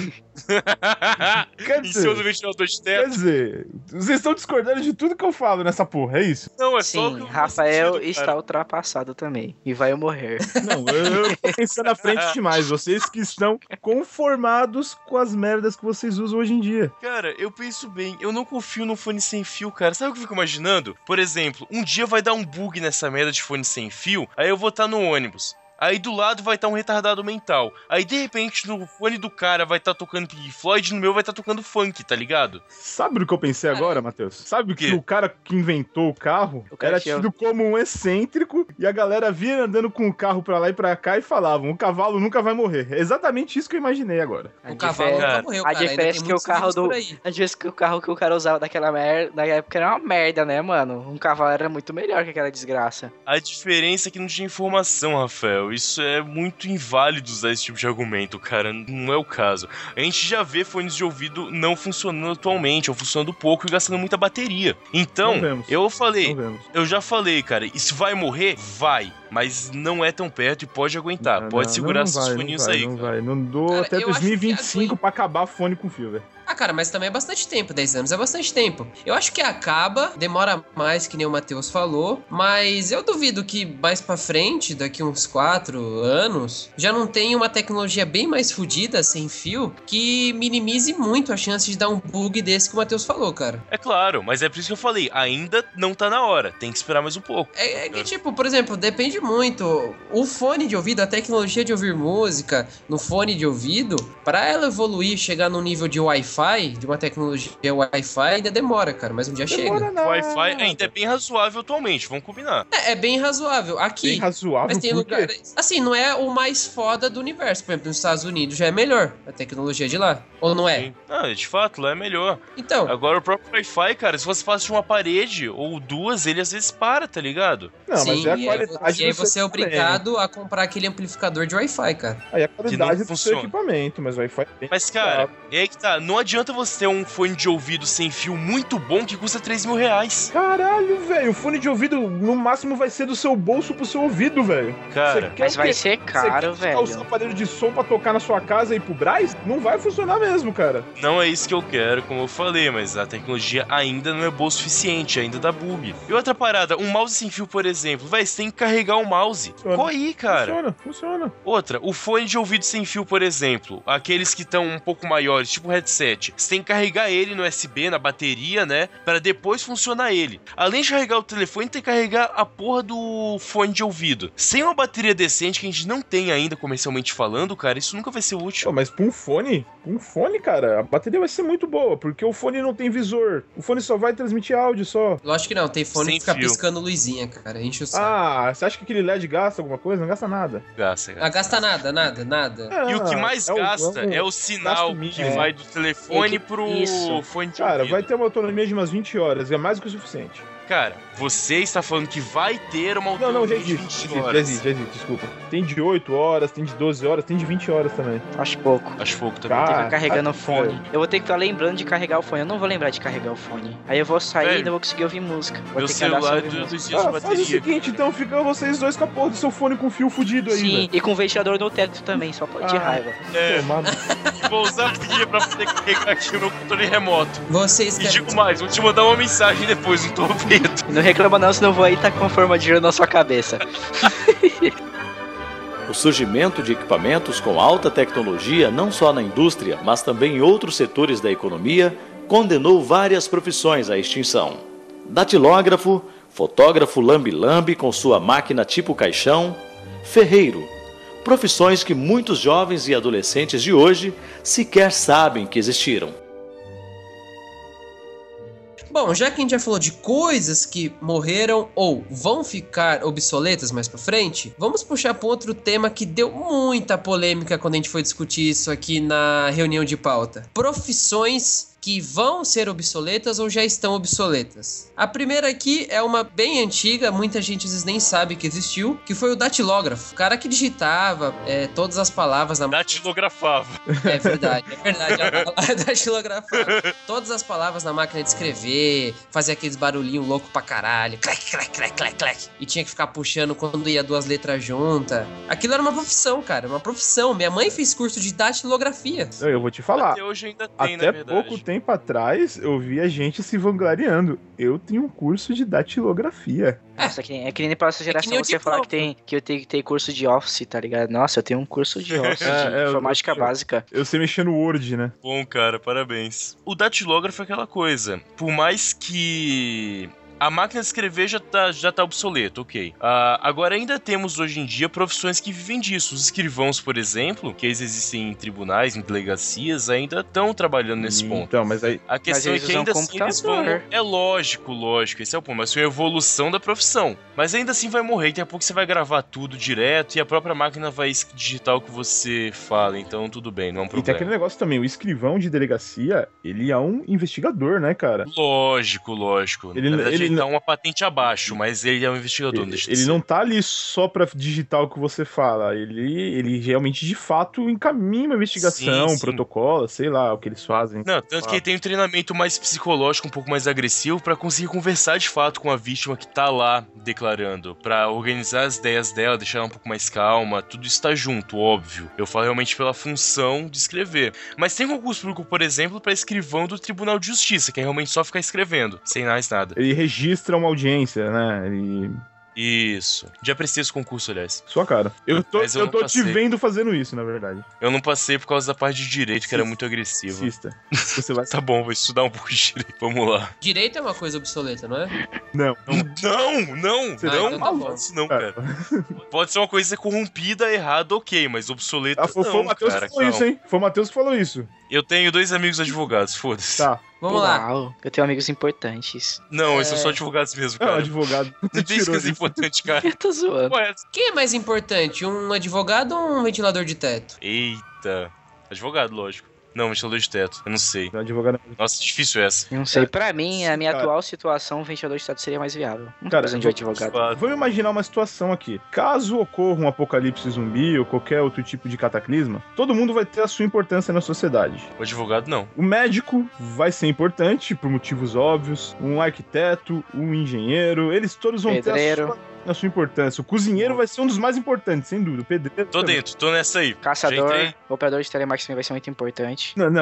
Quer Em cima do dizer, ventilador de teto? vocês estão discordando de tudo que eu falo nessa porra, é isso? Não, é só o que Sim, eu Rafael sentido, está cara. ultrapassado também. E vai morrer. Não, eu tô pensando à frente demais. Vocês que estão conformados com as merdas que vocês usam hoje em dia. Cara, eu penso bem, eu não confio no fone sem fio, cara. Sabe o que eu fico imaginando? Por exemplo, um dia vai dar um bug nessa merda de fone sem fio, aí eu vou estar no ônibus. Aí do lado vai estar um retardado mental. Aí de repente no fone do cara vai estar tocando Pink Floyd, no meu vai estar tocando funk, tá ligado? Sabe do que eu pensei agora, Matheus? Sabe que o cara que inventou o carro cara era tinha- tido como um excêntrico e a galera via andando com o carro pra lá e pra cá e falavam: o cavalo nunca vai morrer. É exatamente isso que eu imaginei agora. O cavalo nunca morreu, A cara. Ainda diferença tem é que o muitos carro vídeos do. por aí. A diferença é que o carro que o cara usava daquela merda. Na época era uma merda, né, mano? Um cavalo era muito melhor que aquela desgraça. A diferença é que não tinha informação, Rafael. Isso é muito inválido usar esse tipo de argumento, cara. Não é o caso. A gente já vê fones de ouvido não funcionando atualmente, ou funcionando pouco e gastando muita bateria. Então, Não vemos. eu já falei, cara, isso vai morrer? Vai. Mas não é tão perto e pode aguentar. Pode segurar esses foninhos aí. Não vai. Não dou Cara, até eu acho que 2025 pra acabar fone com fio, velho. Ah, cara, mas também é bastante tempo, 10 anos é bastante tempo. Eu acho que acaba, demora mais, que nem o Matheus falou, mas eu duvido que mais pra frente, daqui uns 4 anos, já não tem uma tecnologia bem mais fodida, sem fio, que minimize muito a chance de dar um bug desse que o Matheus falou, cara. É claro, mas é por isso que eu falei, ainda não tá na hora, tem que esperar mais um pouco. É que, tipo, por exemplo, depende muito. O fone de ouvido, a tecnologia de ouvir música no fone de ouvido, pra ela evoluir, chegar num nível de Wi-Fi, de uma tecnologia Wi-Fi, ainda demora, cara, mas um dia chega. O Wi-Fi ainda é bem razoável atualmente, vamos combinar. É bem razoável. Aqui. Bem razoável, Mas tem por quê? lugares. Assim, não é o mais foda do universo. Por exemplo, nos Estados Unidos já é melhor a tecnologia de lá. Ou não é? Sim. Ah, de fato, lá é melhor. Então. Agora o próprio Wi-Fi, cara, se você passa de uma parede ou duas, ele às vezes para, tá ligado? Não, Sim, mas é a e qualidade aí do você é seu obrigado a comprar aquele amplificador de Wi-Fi, cara. Aí a Que qualidade não do seu funciona. equipamento, mas o Wi-Fi é bem Mas, cara, é aí que tá. Não adianta você ter um fone de ouvido sem fio muito bom que custa R$3.000. Caralho, velho, o fone de ouvido no máximo vai ser do seu bolso pro seu ouvido, velho. Cara, Você quer Mas o vai quê? ser Você caro, quer usar o seu velho. aparelho de som pra tocar na sua casa e ir pro Brás? Não vai funcionar mesmo, cara. não é isso que eu quero, como eu falei, mas a tecnologia ainda não é boa o suficiente, ainda dá bug. E outra parada, um mouse sem fio, por exemplo, vai, você tem que carregar o mouse. Funciona. Corre aí, cara. Funciona. Outra, o fone de ouvido sem fio, por exemplo, aqueles que estão um pouco maiores, tipo um headset, você tem que carregar ele no USB, na bateria, né, pra depois funcionar ele. Além de carregar o telefone, tem que carregar a porra do fone de ouvido. Sem uma bateria decente, que a gente não tem ainda comercialmente falando, cara, isso nunca vai ser útil. Pô, mas pra um fone, cara, a bateria vai ser muito boa, porque o fone não tem visor. O fone só vai transmitir áudio só. Lógico que não, tem fone Sem que fica fio. piscando luzinha, cara. Enche o saco. Ah, você acha que aquele LED gasta alguma coisa? Não gasta nada. Gasta, cara. Ah, gasta nada. E o que mais gasta é o sinal gasto que mínimo. vai do telefone pro Isso. fone de Cara, ouvido. vai ter uma autonomia de umas 20 horas, é mais do que o suficiente. Cara, você está falando que vai ter uma Não, autonomia já de existe, 20 horas. já existe, desculpa. Tem de 8 horas, tem de 12 horas, tem de 20 horas também. Acho pouco. Acho pouco também. Cara, Fica carregando o fone. velho. Eu vou ter que ficar lembrando de carregar o fone. Eu não vou lembrar de carregar o fone. Aí eu vou sair Velho, e não vou conseguir ouvir música. Vou Meu ter que andar só celular ouvindo dura música. 2 dias de Faz o bateria. seguinte, então, ficam vocês dois com a porra do seu fone com fio fudido aí, Sim, velho. e com ventilador no teto também, só de Ah. raiva. É. Tomar no- Vou usar a bateria pra poder carregar aqui o meu controle remoto. Vocês E querem... digo mais, vou te mandar uma mensagem depois, não tô ouvindo. E não reclama não, senão eu vou aí tá com forma de giro na sua cabeça. O surgimento de equipamentos com alta tecnologia, não só na indústria, mas também em outros setores da economia, condenou várias profissões à extinção. Datilógrafo, fotógrafo lambe-lambe com sua máquina tipo caixão, ferreiro, profissões que muitos jovens e adolescentes de hoje sequer sabem que existiram. Bom, já que a gente já falou de coisas que morreram ou vão ficar obsoletas mais pra frente, vamos puxar para outro tema que deu muita polêmica quando a gente foi discutir isso aqui na reunião de pauta. Profissões que vão ser obsoletas ou já estão obsoletas. A primeira aqui é uma bem antiga, muita gente às vezes nem sabe que existiu, que foi o datilógrafo. O cara que digitava todas as palavras na... Datilografava. É verdade. Datilografava. Todas as palavras na máquina de escrever, fazia aqueles barulhinhos loucos pra caralho, clac, clac, clac, clac, clac, e tinha que ficar puxando quando ia 2 letras juntas. Aquilo era uma profissão, cara, uma profissão. Minha mãe fez curso de datilografia. Eu vou te falar. Até hoje ainda tem, até na verdade. Pouco tempo atrás, eu via gente se vangloriando. Eu tenho um curso de datilografia. Nossa, é que nem pra essa geração você falar que eu tenho que ter curso de Office, tá ligado? Nossa, eu tenho um curso de Office, de informática básica. Eu sei mexer no Word, né? Bom, cara, parabéns. O datilógrafo é aquela coisa. Por mais que... a máquina de escrever já tá obsoleta, ok. Agora ainda temos hoje em dia profissões que vivem disso. Os escrivãos, por exemplo, que eles existem em tribunais, em delegacias, ainda estão trabalhando nesse ponto. Então, mas aí... A questão é que ainda assim eles vão... É lógico, esse é o ponto. Mas foi a evolução da profissão. Mas ainda assim vai morrer. Daqui a pouco você vai gravar tudo direto e a própria máquina vai digitar o que você fala. Então tudo bem, não é um problema. E tem aquele negócio também, o escrivão de delegacia, ele é um investigador, né, cara? Lógico. Ele dá uma patente abaixo, mas ele é um investigador. Ele não tá ali só pra digitar o que você fala. Ele realmente, de fato, encaminha uma investigação, um protocolo, sei lá, o que eles fazem. Não, tanto que ele tem um treinamento mais psicológico, um pouco mais agressivo, pra conseguir conversar de fato com a vítima que tá lá declarando, pra organizar as ideias dela, deixar ela um pouco mais calma, tudo isso tá junto, óbvio. Eu falo realmente pela função de escrever. Mas tem concurso público, por exemplo, pra escrivão do Tribunal de Justiça, que é realmente só ficar escrevendo, sem mais nada. Ele registra uma audiência, né? Isso. Já prestei esse concurso, aliás. Sua cara. Eu tô te vendo fazendo isso, na verdade. Eu não passei por causa da parte de direito, que era muito agressiva. Você vai... Tá bom, vou estudar um pouco de direito. Vamos lá. Direito é uma coisa obsoleta, não é? Não, então tá bom. Não, cara. Pode ser uma coisa corrompida, errada, ok, mas obsoleta foi o Matheus que falou isso, hein? Foi o Matheus que falou isso. Eu tenho 2 amigos advogados, foda-se. Tá. Vamos lá. Eu tenho amigos importantes. Não, eles são só advogados mesmo, cara. Não, advogado. Não tem coisa importante, cara. Eu tô zoando. Quem é mais importante, um advogado ou um ventilador de teto? Eita. Advogado, lógico. Não, ventilador de teto, eu não sei. Advogado... Nossa, difícil essa. Não sei, pra mim, a minha atual situação, o ventilador de teto seria mais viável. Não tô precisando de advogado. Vamos imaginar uma situação aqui. Caso ocorra um apocalipse zumbi ou qualquer outro tipo de cataclisma, todo mundo vai ter a sua importância na sociedade. O advogado, não. O médico vai ser importante, por motivos óbvios. Um arquiteto, um engenheiro, eles todos vão ter a sua importância. O cozinheiro vai ser um dos mais importantes, sem dúvida. O pedreiro... Tô dentro, tô nessa aí. Caçador, operador de telemarketing também vai ser muito importante. Não.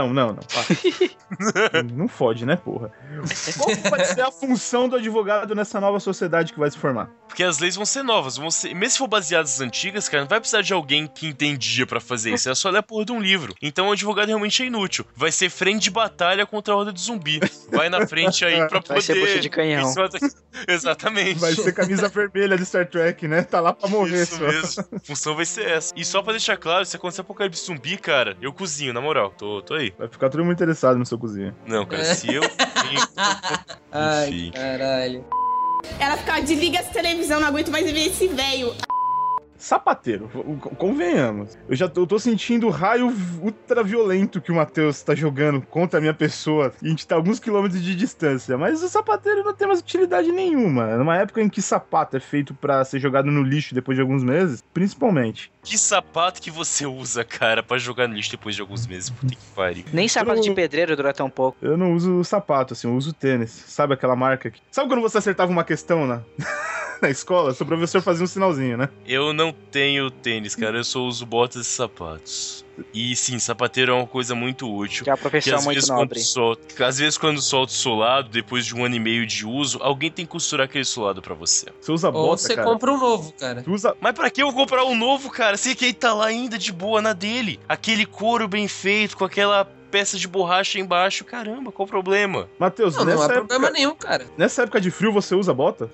Não fode, né, porra? Qual vai ser a função do advogado nessa nova sociedade que vai se formar? Porque as leis vão ser novas, mesmo se for baseadas nas antigas, cara, não vai precisar de alguém que entendia pra fazer isso, é só ler a porra de um livro. Então o advogado realmente é inútil. Vai ser frente de batalha contra a horda de zumbi. Vai na frente aí pra poder... Vai ser bucha de canhão. Exatamente. Vai ser camisa vermelha de Star Trek, né? Tá lá pra morrer. Isso mesmo. A função vai ser essa. E só pra deixar claro, se acontecer apocalipse zumbi, cara, eu cozinho, na moral. Tô aí. Vai ficar todo mundo interessado no seu cozinha. Não, cara, se eu... Ai, caralho. Ela ficava, desliga essa televisão, não aguento mais ver esse velho. Sapateiro, convenhamos. Eu tô sentindo o raio ultraviolento que o Matheus tá jogando contra a minha pessoa. E a gente tá a alguns quilômetros de distância. Mas o sapateiro não tem mais utilidade nenhuma. Numa época em que sapato é feito pra ser jogado no lixo depois de alguns meses, principalmente. Que sapato que você usa, cara, pra jogar no lixo depois de alguns meses? Puta que pariu. Nem sapato de pedreiro dura tão pouco. Eu não uso sapato, assim, eu uso tênis. Sabe aquela marca que... Sabe quando você acertava uma questão na escola? Seu professor fazia um sinalzinho, né? Eu não tenho tênis, cara. Eu só uso botas e sapatos. E sim, sapateiro é uma coisa muito útil. Que é uma profissão muito nobre. Às vezes quando solta o solado, depois de 1 ano e meio de uso, alguém tem que costurar aquele solado pra você. Você usa bota, ou você compra um novo, cara. Mas pra que eu comprar um novo, cara? Sei que ele tá lá ainda de boa na dele. Aquele couro bem feito, com aquela peça de borracha embaixo. Caramba, qual o problema? Matheus, não há problema nenhum, cara. Nessa época de frio, você usa bota?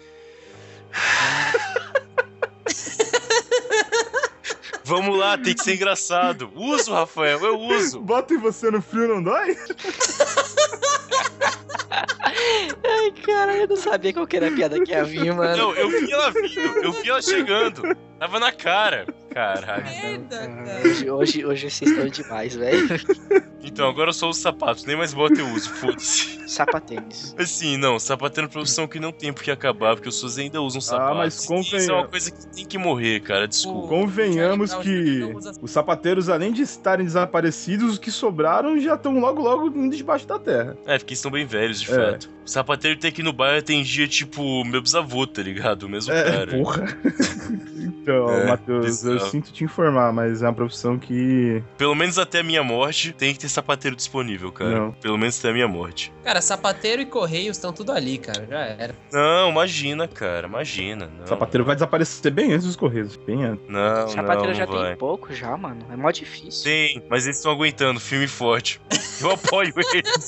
Vamos lá, tem que ser engraçado. Uso, Rafael, eu uso. Bota em você no frio, não dói? Ai, cara, eu não sabia qual que era a piada que ia vir, mano. Não, eu vi ela vindo, eu vi ela chegando. Tava na cara. Caralho. Hoje vocês estão demais, velho. Então, agora eu só uso sapatos, nem mais bota eu uso, foda-se. Sapatênis. Assim, não, sapatênis é uma profissão que não tem por que acabar, porque os pessoas ainda usam sapatos. Mas Isso é uma coisa que tem que morrer, cara, desculpa. Convenhamos que os sapateiros, além de estarem desaparecidos, os que sobraram já estão logo indo debaixo da terra. É, porque estão bem velhos, de fato. O sapateiro tem aqui no bairro atendia, tipo, meu bisavô, tá ligado? O mesmo cara. Porra. Então, Matheus, eu sinto te informar, mas é uma profissão que... Pelo menos até a minha morte, tem que ter sapateiro disponível, cara. Não. Pelo menos até a minha morte. Cara, sapateiro e correios estão tudo ali, cara. Já era. Não, imagina, cara. Imagina. Não. Sapateiro vai desaparecer bem antes dos correios. Bem antes. Não, sapateiro não já vai. tem pouco já, mano. É mó difícil. Tem, mas eles estão aguentando. Filme forte. Eu apoio eles.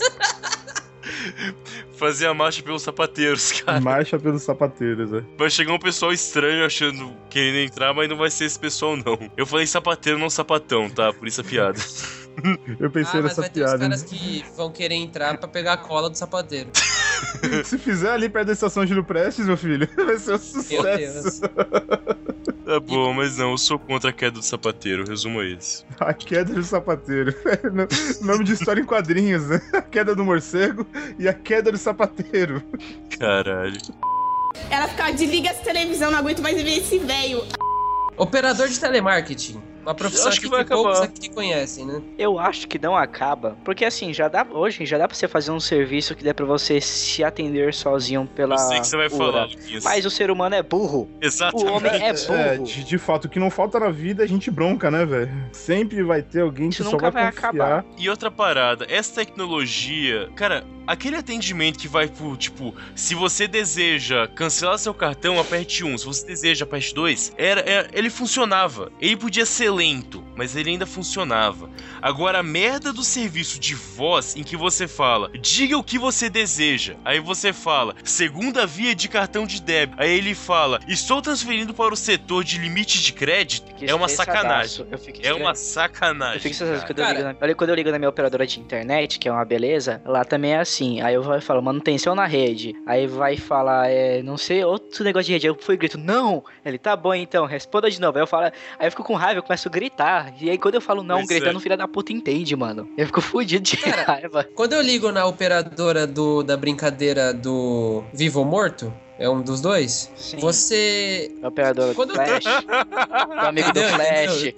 Fazer a marcha pelos sapateiros, cara. Marcha pelos sapateiros, Vai chegar um pessoal estranho achando, querendo entrar, mas não vai ser esse pessoal, não. Eu falei sapateiro, não sapatão, tá? Por isso a piada. Eu pensei nessa vai piada. Ter os caras que vão querer entrar pra pegar a cola do sapateiro. Se fizer ali perto da estação Júlio Prestes, meu filho, vai ser um sucesso. Meu Deus. Tá bom, mas não, eu sou contra a queda do sapateiro, resumo é esse. A queda do sapateiro. Nome de história em quadrinhos, né? A queda do morcego e a queda do sapateiro. Caralho. Ela ficava, desliga essa televisão, não aguento mais ver esse velho. Operador de telemarketing. Uma profissão acho que vai poucos acabar. aqui conhecem, né? Eu acho que não acaba, porque assim, hoje já dá pra você fazer um serviço que dê pra você se atender sozinho pela Eu sei que você vai falar, Luquinhas. Mas o ser humano é burro. Exatamente. O homem é burro. De fato, o que não falta na vida é gente bronca, né, velho? Sempre vai ter alguém que Isso só nunca vai vai confiar. acabar. E outra parada, essa tecnologia, cara, aquele atendimento que vai por, tipo, se você deseja cancelar seu cartão, aperte 1, se você deseja, aperte 2, ele funcionava. Ele podia ser lento, mas ele ainda funcionava. Agora, a merda do serviço de voz em que você fala, diga o que você deseja, aí você fala, segunda via de cartão de débito, aí ele fala, estou transferindo para o setor de limite de crédito, é uma sacanagem. É uma sacanagem. Eu fico estressado quando eu ligo na minha operadora de internet, que é uma beleza, lá também é assim. Aí eu falo, manutenção na rede. Aí vai falar, não sei, outro negócio de rede. Eu fui e grito, não! Ele, tá bom então, responda de novo. Aí eu fico com raiva, eu começo a gritar. E aí quando eu falo não, gritando, o filho da puta entende, mano. Eu fico fudido de raiva. Quando eu ligo na operadora da brincadeira do Vivo ou Morto, é um dos dois? Sim. Você... Operadora do Flash. Do amigo do Flash.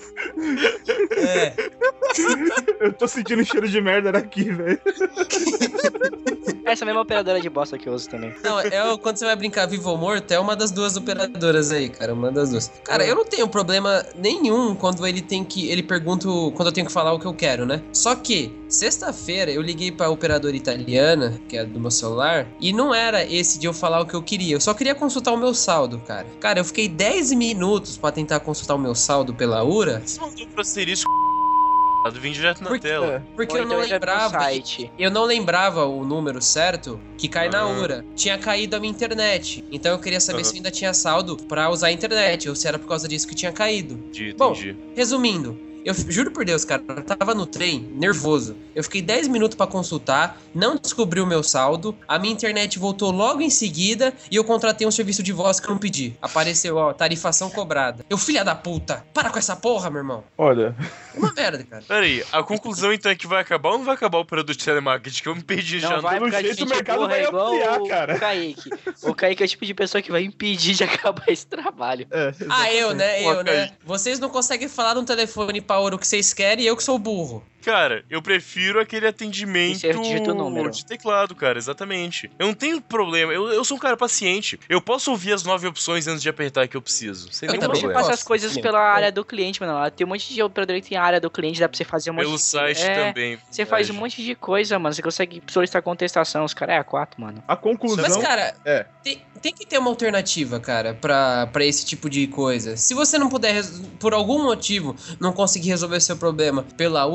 Eu tô sentindo um cheiro de merda daqui, velho. Essa mesma operadora de bosta que eu uso também. Não, quando você vai brincar Vivo ou Morto, é uma das duas operadoras aí, cara. Uma das duas. Cara, eu não tenho problema nenhum quando ele pergunta quando eu tenho que falar o que eu quero, né? Só que, sexta-feira, eu liguei pra operadora italiana, que é do meu celular, e não era esse de eu falar o que eu queria. Eu só queria consultar o meu saldo, cara. Cara, eu fiquei 10 minutos pra tentar consultar o meu saldo pela URA. Você mandou pro asterisco vem direto na tela. Porque eu não lembrava. Eu não lembrava o número certo que cai na URA. Tinha caído a minha internet. Então eu queria saber se eu ainda tinha saldo pra usar a internet, ou se era por causa disso que tinha caído. Entendi. Bom, resumindo. Eu juro por Deus, cara, eu tava no trem, nervoso. Eu fiquei 10 minutos pra consultar, não descobri o meu saldo, a minha internet voltou logo em seguida e eu contratei um serviço de voz que eu não pedi. Apareceu, tarifação cobrada. Eu, filha da puta, para com essa porra, meu irmão. Olha... Uma merda, cara. Pera aí, a conclusão então é que vai acabar ou não vai acabar o operador de telemarketing? Que eu me perdi já. Não vai, pelo jeito o mercado vai ampliar, cara. O Kaique. O Kaique é o tipo de pessoa que vai impedir de acabar esse trabalho. Eu, né? Vocês não conseguem falar no telefone pra hora o que vocês querem e eu que sou burro. Cara, eu prefiro aquele atendimento de teclado, cara, exatamente. Eu não tenho problema, eu sou um cara paciente. Eu posso ouvir as 9 opções antes de apertar que eu preciso. Sem nenhum problema. Você passa as coisas pela área do cliente, mano. Lá tem um monte de operador que tem a área do cliente, dá pra você fazer um monte Pelo site também. Você faz um monte de coisa, mano. Você consegue solicitar contestação. Os caras é A4, mano. A conclusão... Mas, cara, tem que ter uma alternativa, cara, pra esse tipo de coisa. Se você não puder, por algum motivo, não conseguir resolver seu problema pela URA ou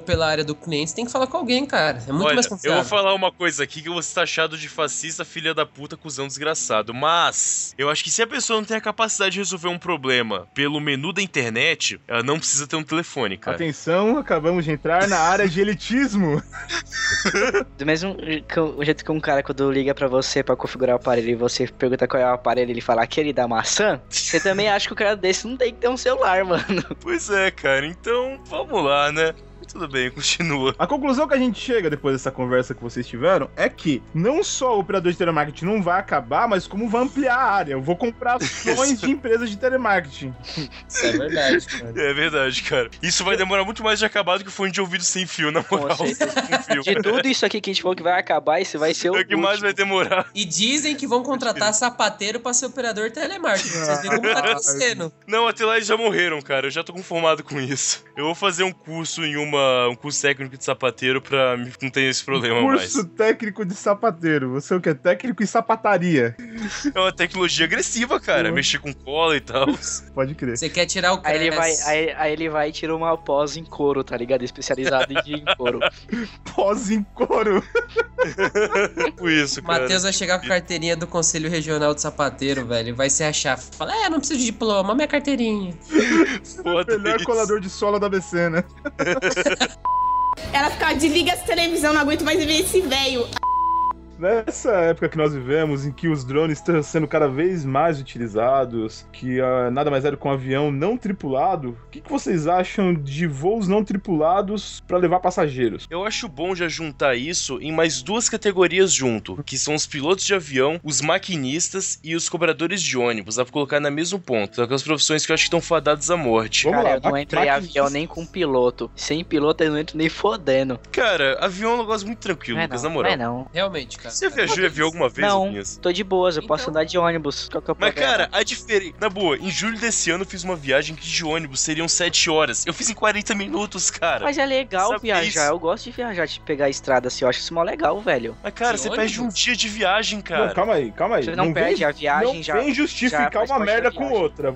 pela área do cliente, você tem que falar com alguém, cara. É muito Olha, mais eu confiável. vou falar uma coisa aqui que eu vou ser taxado de fascista, filha da puta, cuzão desgraçado. Mas eu acho que se a pessoa não tem a capacidade de resolver um problema pelo menu da internet, ela não precisa ter um telefone, cara. Atenção, acabamos de entrar na área de elitismo. Do mesmo jeito que um cara, quando liga pra você pra configurar o aparelho e você pergunta qual é o aparelho e ele fala aquele da maçã, você também acha que o cara desse não tem que ter um celular, mano. Pois é, cara. Então, vamos lá, né? Tudo bem, continua. A conclusão que a gente chega depois dessa conversa que vocês tiveram é que não só o operador de telemarketing não vai acabar, mas como vai ampliar a área. Eu vou comprar ações de empresas de telemarketing. Isso é verdade, cara. É verdade, cara. Isso vai demorar muito mais de acabar do que o fone de ouvido sem fio, na moral. De tudo isso aqui que a gente falou que vai acabar, esse vai ser o É o que mais vai demorar. E dizem que vão contratar sapateiro pra ser operador telemarketing. Vocês veem como tá acontecendo. Não, até lá eles já morreram, cara. Eu já tô conformado com isso. Eu vou fazer um curso em um curso técnico de sapateiro pra não ter esse problema mais. Curso técnico de sapateiro. Você é o que? Técnico em sapataria. É uma tecnologia agressiva, cara. Mexer com cola e tal. Pode crer. Você quer tirar o Aí ele vai e tira uma pós em couro, tá ligado? Especializado em couro. Pós em couro. Isso, cara. Matheus vai chegar com a carteirinha do Conselho Regional de Sapateiro, velho. Vai ser a chave. Fala, não preciso de diploma, minha carteirinha. Foda melhor isso. Colador de sola da ABC, né? Ela ficava, desliga essa televisão, não aguento mais ver esse velho. Nessa época que nós vivemos, em que os drones estão sendo cada vez mais utilizados, que nada mais é do que um avião não tripulado, o que vocês acham de voos não tripulados para levar passageiros? Eu acho bom já juntar isso em mais duas categorias junto, que são os pilotos de avião, os maquinistas e os cobradores de ônibus, dá pra colocar no mesmo ponto. São aquelas profissões que eu acho que estão fadadas à morte. Vamos lá, eu não entro em avião nem com piloto. Sem piloto eu não entro nem fodendo. Cara, avião é um negócio muito tranquilo, Lucas, na moral. Não. Realmente, cara. Você viajou em avião alguma vez, Não, Luquinhas? Tô de boas, eu posso andar de ônibus. Qual que é o Mas, problema? cara, a diferença... Na boa, em julho desse ano eu fiz uma viagem que de ônibus seriam 7 horas. Eu fiz em 40 minutos, cara. Mas é legal Sabe viajar, isso? eu gosto de viajar, de pegar a estrada assim, eu acho isso mó legal, velho. Mas, cara, De você ônibus? perde um dia de viagem, cara. Não, calma aí. Você não perde a viagem, não já... vem justificar já faz uma parte merda da com viagem. outra.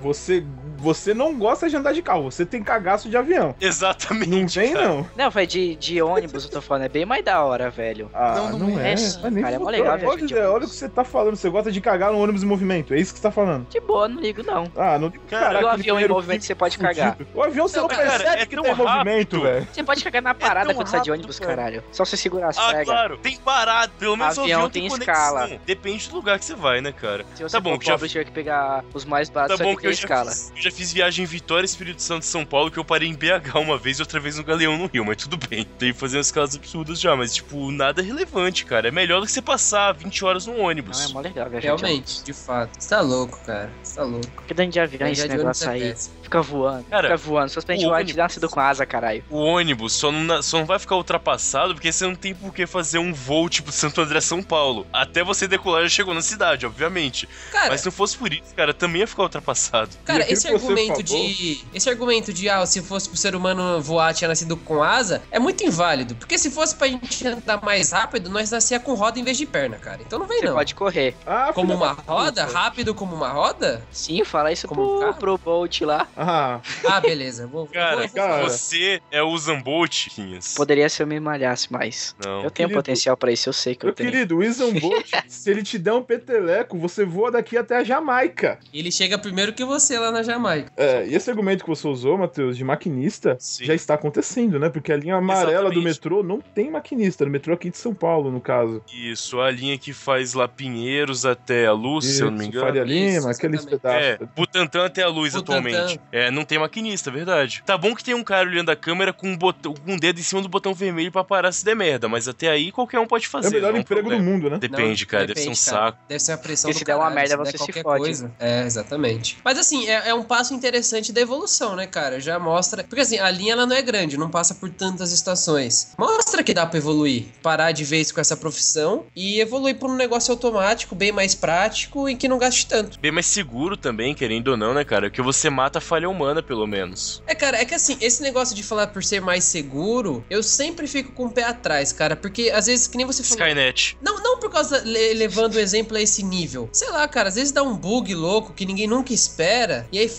Você não gosta de andar de carro, você tem cagaço de avião. Exatamente. Não vem, cara. não. Não, foi de ônibus, eu tô falando, é bem mais da hora, velho. Ah, não é. Mas nem cara, é mó fudeu. legal viajar de Olha ônibus. o que você tá falando, você gosta de cagar no ônibus em movimento, é isso que você tá falando. De boa, não ligo não. Ah, não digo Cara, caraca, E o aquele avião em banheiro movimento você pode fudido. cagar. O avião você não Cara, percebe é que tão tá em movimento, rápido. velho. Você pode cagar na parada tão quando sai de rápido, ônibus, cara. caralho. Só você segurar as Ah, pregas. claro, tem parado. Pelo menos o Avião avião tem conexão. escala. Depende do lugar que você vai, né, cara? Se você Tá bom, for que já pobre, tiver que pegar os mais baratos, Tá você bom vai que ter que eu ter escala. já fiz viagem em Vitória, Espírito Santo e São Paulo, que eu parei em BH uma vez e outra vez no Galeão no Rio, mas tudo bem. Tem que fazer umas escalas absurdas já, mas tipo, nada relevante, cara. É melhor do que você passar 20 horas no ônibus. Não, é mó legal viajar de ônibus. Realmente, de fato. Você tá louco, cara. Você tá louco. Porque dentro de avião esse Viajar de negócio ônibus é aí. péssimo. Fica voando, Cara, fica voando. Só pra gente o voar, ônibus- te nascido com asa, caralho. O ônibus só não vai ficar ultrapassado porque você não tem por que fazer um voo tipo de Santo André, São Paulo. Até você decolar já chegou na cidade, obviamente. Cara, Mas se não fosse por isso, cara, também ia ficar ultrapassado. Cara, aquilo esse que você argumento falou- esse argumento de, se fosse pro ser humano voar, tinha nascido com asa, é muito inválido. Porque se fosse pra gente andar mais rápido, nós nascia com roda em vez de perna, cara. Então não vem Você não. pode correr. Ah, Como filha uma da roda? puta. Rápido como uma roda? Sim, fala isso Como um carro? pro Bolt lá. Ah, Ah, beleza. Vou Cara, cara. você é o Zambolt, Quinhas. Poderia se eu me malhasse mais. Não. Eu tenho Querido. potencial pra isso, eu sei que eu meu tenho. querido, o Isan Bolt, se ele te der um peteleco, você voa daqui até a Jamaica. Ele chega primeiro que você lá na Jamaica. É, e esse argumento que você usou, Matheus, de maquinista, Sim. já está acontecendo, né? Porque a linha amarela do Exatamente. metrô não tem maquinista, no metrô aqui de São Paulo, no caso. Isso, a linha que faz lá Pinheiros até a Luz, se eu não me engano. Faria Lima, Isso, aqueles exatamente. pedaços. Butantã até a Luz Butantã. atualmente. Não tem maquinista, verdade. Tá bom que tem um cara olhando a câmera com um dedo em cima do botão vermelho pra parar se der merda, mas até aí qualquer um pode fazer. É o melhor não emprego do problema. mundo, né? Depende, Não, cara, deve ser um saco. Deve ser uma pressão Porque do se der uma caralho, merda, der você se qualquer fode. coisa. É, exatamente. Mas assim, é um passo interessante da evolução, né, cara? Já mostra... Porque assim, a linha ela não é grande, não passa por tantas estações. Mostra que dá pra evoluir. Parar de vez com essa profissão e evoluir pra um negócio automático, bem mais prático e que não gaste tanto. Bem mais seguro também, querendo ou não, né, cara? Que você mata a falha humana, pelo menos. Cara, é que assim, esse negócio de falar por ser mais seguro, eu sempre fico com o pé atrás, cara, porque às vezes, que nem você falou... Skynet. Não por causa, levando o exemplo a esse nível. Sei lá, cara, às vezes dá um bug louco que ninguém nunca espera, e aí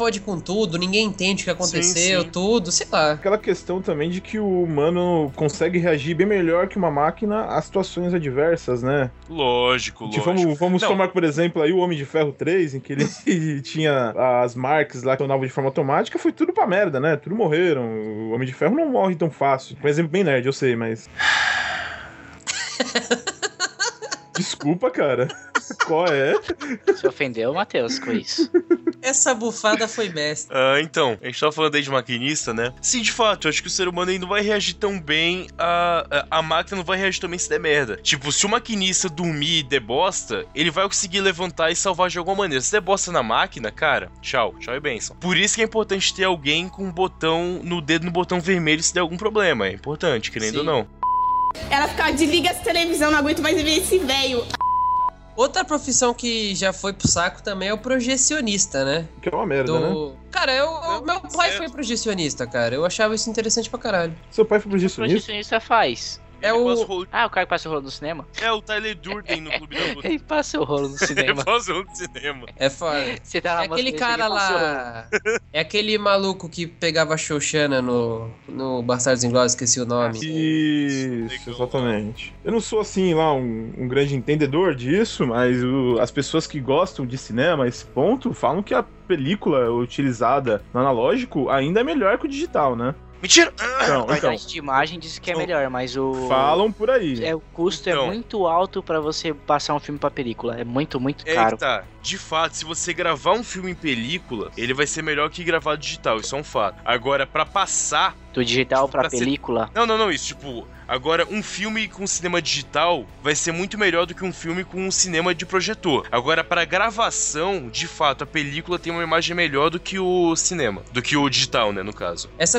fode com tudo, ninguém entende o que aconteceu, Sim. tudo, sei lá. Aquela questão também de que o humano consegue reagir bem melhor que uma máquina a situações adversas, né? Lógico. Vamos tomar, por exemplo, aí o Homem de Ferro 3, em que ele tinha as marcas lá que tornavam de forma automática, foi tudo pra merda, né? Tudo morreram. O Homem de Ferro não morre tão fácil. Um exemplo bem nerd, eu sei, mas... Desculpa, cara. Qual é? Você ofendeu, Matheus, com isso. Essa bufada foi mestre. Então, a gente tava falando aí de maquinista, né? Sim, de fato, eu acho que o ser humano aí não vai reagir tão bem, a máquina não vai reagir também se der merda. Tipo, se o maquinista dormir e der bosta, ele vai conseguir levantar e salvar de alguma maneira. Se der bosta na máquina, cara, tchau e benção. Por isso que é importante ter alguém com um botão no dedo no botão vermelho se der algum problema. É importante, querendo ou não. Ela ficava, desliga essa televisão, não aguento mais ver esse velho. Outra profissão que já foi pro saco também é o projecionista, né? Que é uma merda, né? Cara, meu pai foi projecionista, cara. Eu achava isso interessante pra caralho. Seu pai foi projecionista? O projecionista faz? O cara que passa o rolo no cinema? É o Tyler Durden no Clube da Luta. Ele passa o rolo no cinema. Ele passa o rolo no cinema. É foda. Você tá é aquele cara lá... É aquele maluco que pegava a Xoxana no Bastardos Inglórios, esqueci o nome. Isso, exatamente. Eu não sou, assim, lá um grande entendedor disso, mas as pessoas que gostam de cinema a esse ponto falam que a película utilizada no analógico ainda é melhor que o digital, né? Mentira! A qualidade de imagem diz que é melhor, mas o... Falam por aí. O custo é muito alto pra você passar um filme pra película. É muito caro. Tá. De fato, se você gravar um filme em película, ele vai ser melhor que gravar digital, isso é um fato. Agora, pra passar... Do digital pra película? Não, isso, tipo... Agora, um filme com cinema digital vai ser muito melhor do que um filme com um cinema de projetor. Agora, para gravação, de fato, a película tem uma imagem melhor do que o cinema. Do que o digital, né, no caso. Essa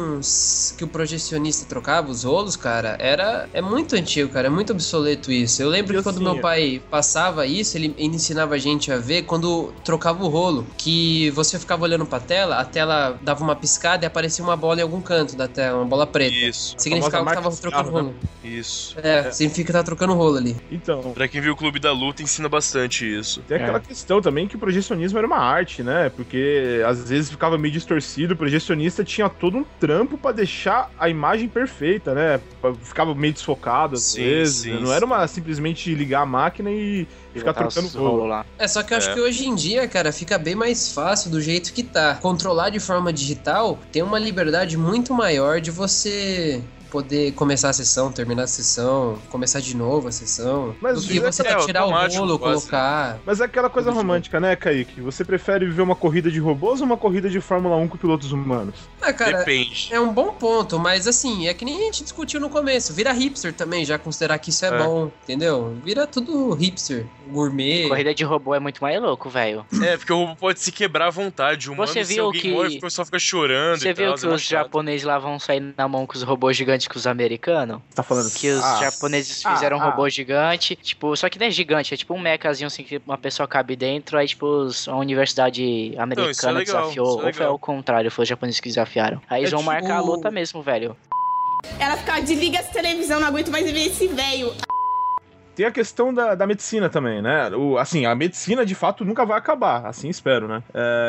que o projecionista trocava os rolos, cara, é muito antigo, cara. É muito obsoleto isso. Eu lembro que quando meu pai passava isso, ele ensinava a gente a ver quando trocava o rolo. Que você ficava olhando pra tela, a tela dava uma piscada e aparecia uma bola em algum canto da tela, uma bola preta. Isso. Significava que tava trocando rolo. Isso. Significa que tá trocando rolo ali. Então. Pra quem viu o Clube da Luta, ensina bastante isso. Tem aquela questão também que o projecionismo era uma arte, né? Porque às vezes ficava meio distorcido, o projecionista tinha todo um trampo pra deixar a imagem perfeita, né? Ficava meio desfocado às vezes. Não era simplesmente ligar a máquina e ficar trocando rolo lá. Só que eu acho que hoje em dia, cara, fica bem mais fácil do jeito que tá. Controlar de forma digital tem uma liberdade muito maior de você poder começar a sessão, terminar a sessão, começar de novo a sessão. Mas do que você tirar o rolo, colocar... Mas é aquela coisa romântica, né, Kaique? Você prefere ver uma corrida de robôs ou uma corrida de Fórmula 1 com pilotos humanos? Cara, depende. É um bom ponto, mas assim, é que nem a gente discutiu no começo. Vira hipster também, já considerar que isso é bom, entendeu? Vira tudo hipster, gourmet. Corrida de robô é muito mais louco, velho. Porque o robô pode se quebrar à vontade. Humano, você viu que morre, o pessoal fica chorando você viu que os japoneses lá vão sair na mão com os robôs gigantes com os americanos? Tá falando que os japoneses fizeram um robô gigante, tipo, só que não é gigante, é tipo um mechazinho assim que uma pessoa cabe dentro, aí tipo a universidade americana desafiou, ou foi ao contrário, foi os japoneses que desafiaram. Aí eles vão marcar a luta mesmo, velho. Ela ficava, desliga essa televisão, não aguento mais ver esse velho. Tem a questão da medicina também, né? Assim, a medicina, de fato, nunca vai acabar, assim espero, né?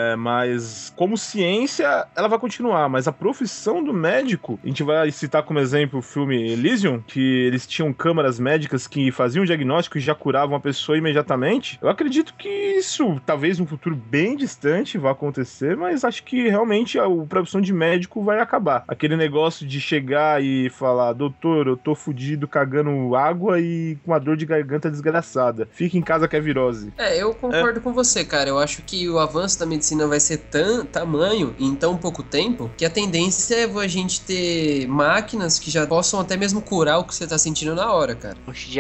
Mas, como ciência, ela vai continuar. Mas a profissão do médico, a gente vai citar como exemplo o filme Elysium, que eles tinham câmaras médicas que faziam o diagnóstico e já curavam a pessoa imediatamente. Eu acredito que isso, talvez no futuro bem distante, vai acontecer, mas acho que realmente a profissão de médico vai acabar. Aquele negócio de chegar e falar, doutor, eu tô fudido cagando água e com uma dor de garganta desgraçada. Fica em casa que é virose. Eu concordo com você, cara. Eu acho que o avanço da medicina vai ser tamanho em tão pouco tempo que a tendência é a gente ter máquinas que já possam até mesmo curar o que você tá sentindo na hora, cara.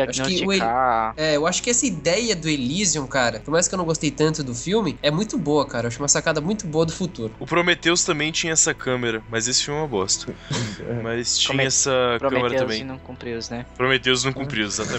Eu acho que essa ideia do Elysium, cara, por mais que eu não gostei tanto do filme, é muito boa, cara. Eu acho uma sacada muito boa do futuro. O Prometheus também tinha essa câmera, mas esse filme é uma bosta. Mas tinha essa câmera também. Prometheus não cumpriu, né? Prometheus não cumpriu, exatamente.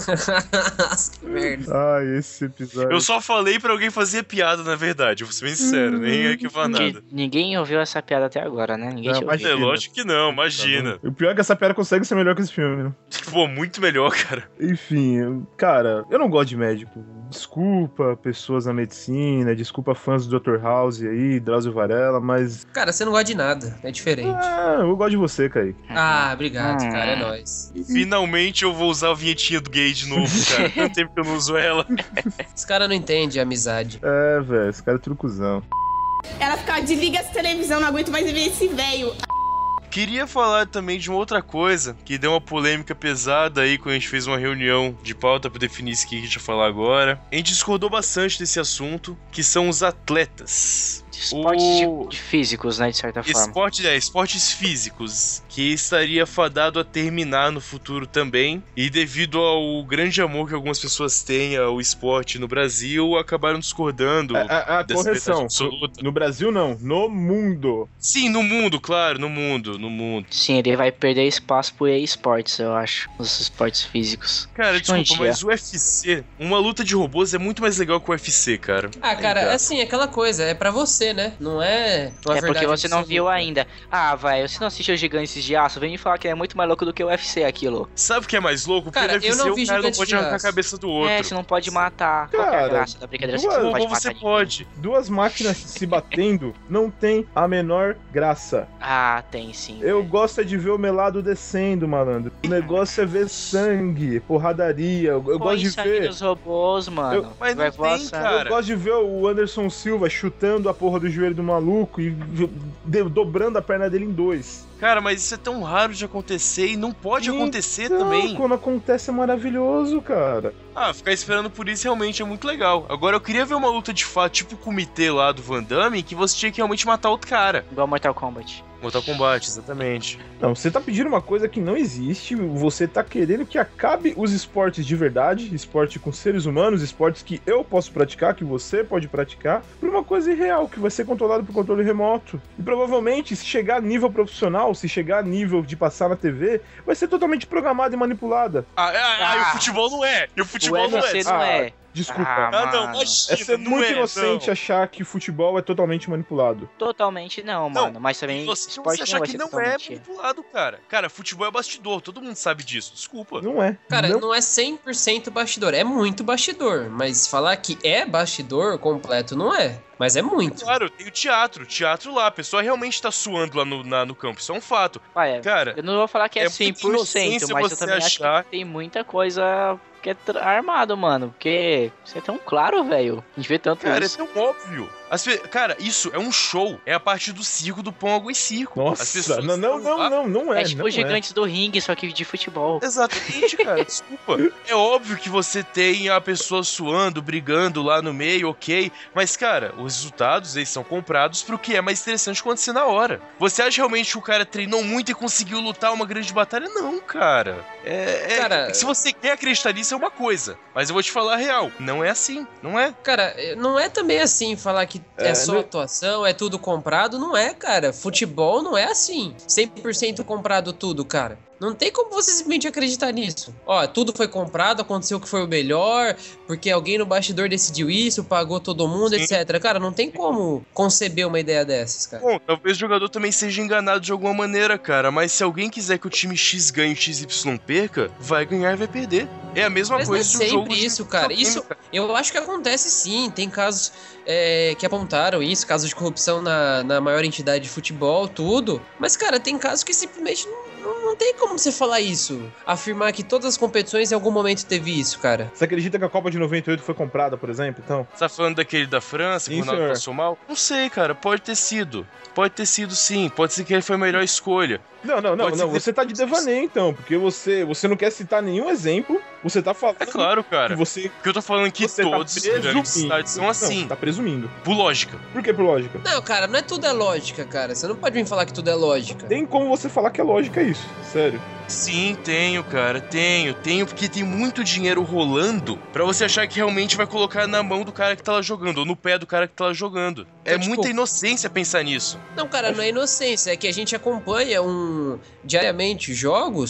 Nossa, que merda. Ai, esse episódio. Eu só falei pra alguém fazer piada, na verdade. Eu vou ser bem sincero, nem é que falar nada. Ninguém ouviu essa piada até agora, né? Ninguém Não, te mas ouviu. É lógico que não, imagina. O pior é que essa piada consegue ser melhor que esse filme, né? Pô, muito melhor, cara. Enfim, cara, eu não gosto de médico. Desculpa pessoas na medicina, desculpa fãs do Dr. House aí, Drauzio Varela, mas... Cara, você não gosta de nada. É diferente. Ah, eu gosto de você, Kaique. Ah, obrigado, cara. É nóis. Finalmente eu vou usar a vinhetinha do gay de novo, cara. Tanto tempo que eu não uso ela. Esse cara não entende a amizade. É, velho, esse cara é trucuzão. Ela fica, desliga essa televisão, não aguento mais ver esse velho. Queria falar também de uma outra coisa que deu uma polêmica pesada aí quando a gente fez uma reunião de pauta pra definir isso que a gente ia falar agora. A gente discordou bastante desse assunto, que são os atletas. Esportes de físicos, né, de certa forma. Esportes físicos, que estaria fadado a terminar no futuro também. E devido ao grande amor que algumas pessoas têm ao esporte no Brasil, acabaram discordando A dessa correção, verdade absoluta. no Brasil não, no mundo. Sim, no mundo, claro, no mundo. Sim, ele vai perder espaço pro esportes, eu acho, os esportes físicos. Cara, Acho que desculpa, mas o UFC, uma luta de robôs é muito mais legal que o UFC, cara. Ah, cara, é assim, aquela coisa, é pra você, né? Não é uma É porque verdade você não absoluta. viu ainda. Ah, vai, você não assistiu Gigantes de Aço? Vem me falar que é muito mais louco do que o UFC aquilo. Sabe o que é mais louco? Porque Cara, no eu UFC não vi o cara não Gigantes pode de arrancar a Aço. cabeça do outro. É, você não pode matar. Qual que é a Cara, graça da brincadeira? Você duas- não pode Como você matar pode? Duas máquinas se batendo não tem a menor graça. Ah, tem sim. Eu gosto é de ver o melado descendo, malandro. O negócio é ver sangue, porradaria. Eu gosto de sangue ver. dos robôs, mano. Mas vai não voar tem, sangue. cara. Eu gosto de ver o Anderson Silva chutando a porra do joelho do maluco e dobrando a perna dele em dois. Cara, mas isso é tão raro de acontecer e não pode acontecer Então, também. Quando acontece é maravilhoso, cara. Ah, ficar esperando por isso realmente é muito legal. Agora eu queria ver uma luta de fato, tipo o comitê lá do Van Damme, que você tinha que realmente matar outro cara. Igual Mortal Kombat. Mortal Kombat, exatamente. Não, você tá pedindo uma coisa que não existe, você tá querendo que acabe os esportes de verdade, esporte com seres humanos, esportes que eu posso praticar, que você pode praticar, por uma coisa irreal, que vai ser controlado por controle remoto. E provavelmente, se chegar a nível profissional, se chegar a nível de passar na TV, vai ser totalmente programada e manipulada. E o futebol não é. E o futebol não é. UFC não é. Desculpa. Não, mano. imagina, É ser não muito é, inocente não. achar que futebol é totalmente manipulado. Totalmente não, Não, mano. Mas também Você esporte achar vai que ser não é totalmente... manipulado, cara. Cara, futebol é bastidor, todo mundo sabe disso. Desculpa. Não é. Cara, não. não é 100% bastidor, é muito bastidor. Mas falar que é bastidor completo não é. Mas é muito. Claro, tem o teatro lá, a pessoa realmente tá suando lá no campo, isso é um fato. Olha, Cara, eu não vou falar que é, é muita 100%, inocência mas eu você também acho achar- que tem muita coisa que é armado, mano. Porque isso é tão claro, velho. A gente vê tanto Cara, isso. é tão óbvio. Cara, isso é um show. É a parte do circo do Pão Água e Circo. As Nossa, pessoas não estão lá- é. É tipo não os gigantes do ringue, só que de futebol. Exatamente, cara, desculpa. É óbvio que você tem a pessoa suando, brigando lá no meio, ok. Mas, cara, os resultados, eles são comprados pro que é mais interessante acontecer na hora. Você acha realmente que o cara treinou muito e conseguiu lutar uma grande batalha? Não, cara. Cara, se você quer acreditar nisso é uma coisa. Mas eu vou te falar a real. Não é assim, não é? Cara, não é também assim falar que é só atuação, é tudo comprado. Não é, cara. Futebol não é assim. 100% comprado tudo, cara. Não tem como você simplesmente acreditar nisso. Ó, tudo foi comprado, aconteceu o que foi o melhor, porque alguém no bastidor decidiu isso, pagou todo mundo, Sim. etc. Cara, não tem como conceber uma ideia dessas, cara. Bom, talvez o jogador também seja enganado de alguma maneira, cara. Mas se alguém quiser que o time X ganhe e XY perca, vai ganhar e vai perder. É a mesma Mas não é coisa de um jogo sempre de isso, cara. videogame, Isso, eu acho que acontece sim. Tem casos que apontaram isso, casos de corrupção na maior entidade de futebol, tudo. Mas, cara, tem casos que simplesmente não tem como você falar isso. Afirmar que todas as competições em algum momento teve isso, cara. Você acredita que a Copa de 98 foi comprada, por exemplo, então? Você tá falando daquele da França, que o Sim, Ronaldo senhor. passou mal? Não sei, cara. Pode ter sido. Pode ter sido sim. Pode ser que ele foi a melhor escolha. Não. Pode ser que- Você tá de devaneio, então. Porque você não quer citar nenhum exemplo. Você tá falando É claro, cara. que você... Porque eu tô falando que Você tá todos os grandes presumindo. estádios são Não, assim. você tá presumindo. Por lógica. Por que por lógica? Não, cara, não é tudo é lógica, cara. Você não pode vir falar que tudo é lógica. Tem como você falar que é lógica isso. Sério. Sim, tenho, cara. Tenho, porque tem muito dinheiro rolando pra você achar que realmente vai colocar na mão do cara que tá lá jogando, ou no pé do cara que tá lá jogando. É Então, muita inocência pensar nisso. Não, cara, não é inocência. É que a gente acompanha diariamente jogos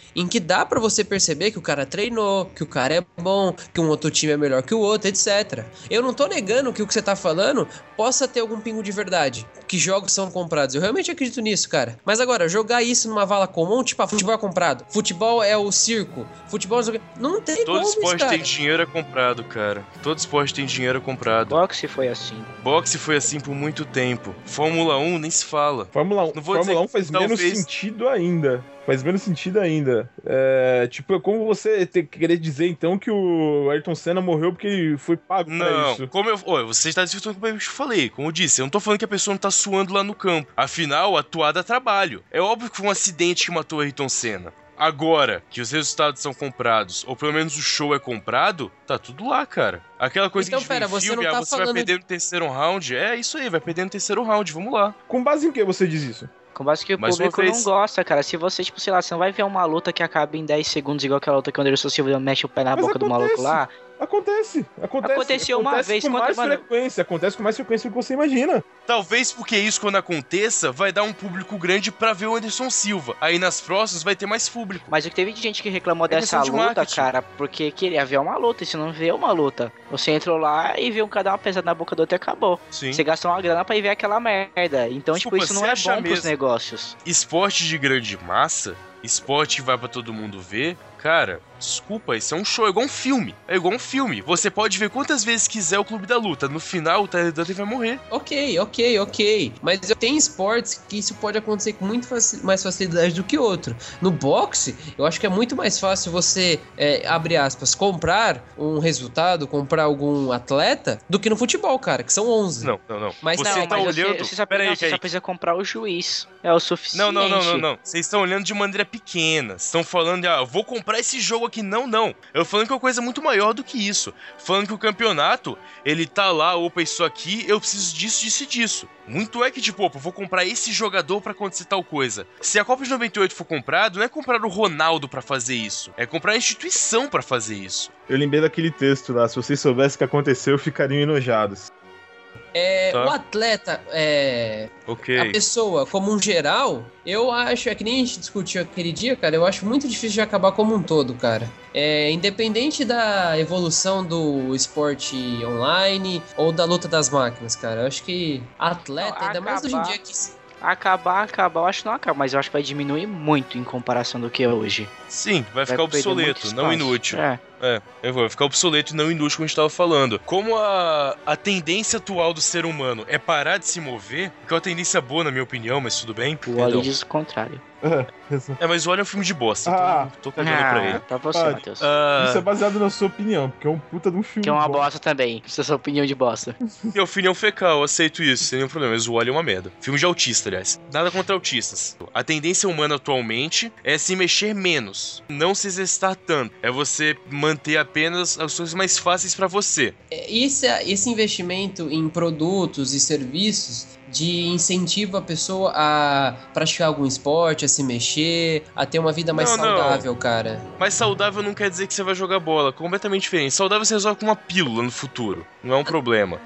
em que dá pra você perceber que o cara treinou, que o cara é bom, que um outro time é melhor que o outro, etc. Eu não tô negando que o que você tá falando possa ter algum pingo de verdade, que jogos são comprados. Eu realmente acredito nisso, cara. Mas agora, jogar isso numa vala comum, tipo, futebol é comprado, futebol é o circo, futebol não tem todo como, esporte cara. tem dinheiro comprado, cara. Todo esporte tem dinheiro comprado. Boxe foi assim. Boxe foi assim por muito tempo. Fórmula 1 nem se fala. Fórmula 1 faz menos sentido ainda. Faz menos sentido ainda. Tipo, é como você querer dizer, então, que o Ayrton Senna morreu porque ele foi pago pra isso. Você está discutindo como eu falei. Como eu disse, eu não tô falando que a pessoa não tá suando lá no campo. Afinal, atuar dá trabalho. É óbvio que foi um acidente que matou o Ayrton Senna. Agora, que os resultados são comprados, ou pelo menos o show é comprado, tá tudo lá, cara. Aquela coisa então, que a gente vê em filme, você vai perder no terceiro round. É isso aí, vai perder no terceiro round, vamos lá. Com base em que você diz isso? Com base que o público não gosta, cara. Se você, tipo, sei lá, você não vai ver uma luta que acaba em 10 segundos, igual aquela luta que o Anderson Silva mexe o pé na boca do maluco lá. Aconteceu uma vez com mais frequência. Acontece com mais frequência do que você imagina. Talvez porque isso, quando aconteça, vai dar um público grande pra ver o Anderson Silva. Aí nas próximas vai ter mais público. Mas teve gente que reclamou dessa luta, cara, porque queria ver uma luta. E se não vê uma luta, você entrou lá e viu um cara dar uma pesada na boca do outro e acabou. Sim. Você gastou uma grana pra ir ver aquela merda. Então, desculpa, tipo, isso não é bom pros negócios. Esporte de grande massa, esporte que vai pra todo mundo ver, cara, desculpa, isso é um show, é igual um filme. É igual um filme. Você pode ver quantas vezes quiser o Clube da Luta. No final, o Tyler Dudley vai morrer. Ok. Mas tem esportes que isso pode acontecer com muito mais facilidade do que outro. No boxe, eu acho que é muito mais fácil você, abre aspas, comprar um resultado, comprar algum atleta, do que no futebol, cara, que são 11. Não. Mas você tá olhando... Você só precisa comprar o juiz. É o suficiente. Não. Vocês estão olhando de maneira pequena. Estão falando, vou comprar esse jogo aqui. Não. Eu falando que é uma coisa muito maior do que isso. Falando que o campeonato, ele tá lá, opa, isso aqui, eu preciso disso e disso. Muito é que, tipo, opa, vou comprar esse jogador pra acontecer tal coisa. Se a Copa de 98 for comprado, não é comprar o Ronaldo pra fazer isso. É comprar a instituição pra fazer isso. Eu lembrei daquele texto lá, se vocês soubessem o que aconteceu, ficariam enojados. Tá. O atleta, a pessoa como um geral, eu acho, que nem a gente discutiu aquele dia, cara, eu acho muito difícil de acabar como um todo, cara. Independente da evolução do esporte online ou da luta das máquinas, cara, eu acho que atleta, ainda mais hoje em dia que... Acabar, eu acho que não acaba, mas eu acho que vai diminuir muito em comparação do que é hoje. Sim, vai ficar obsoleto, não inútil. Vai ficar obsoleto e não inútil, como a gente tava falando. Como a tendência atual do ser humano é parar de se mover, que é uma tendência boa, na minha opinião, mas tudo bem. O Wally diz o contrário. Mas o Wally é um filme de bosta, então tô cagando pra ele. Pra você, Matheus. Isso é baseado na sua opinião, porque é um puta de um filme. Que é uma bosta também, isso é sua opinião de bosta. Minha opinião fecal, eu aceito isso, sem nenhum problema, mas o Wally é uma merda. Filme de autista, aliás. Nada contra autistas. A tendência humana atualmente é se mexer menos, não se exercitar tanto. É você manter apenas as coisas mais fáceis pra você. Esse investimento em produtos e serviços de incentivo a pessoa a praticar algum esporte, a se mexer, a ter uma vida mais saudável, cara. Mas saudável não quer dizer que você vai jogar bola, completamente diferente. Saudável você resolve com uma pílula no futuro, não é um problema.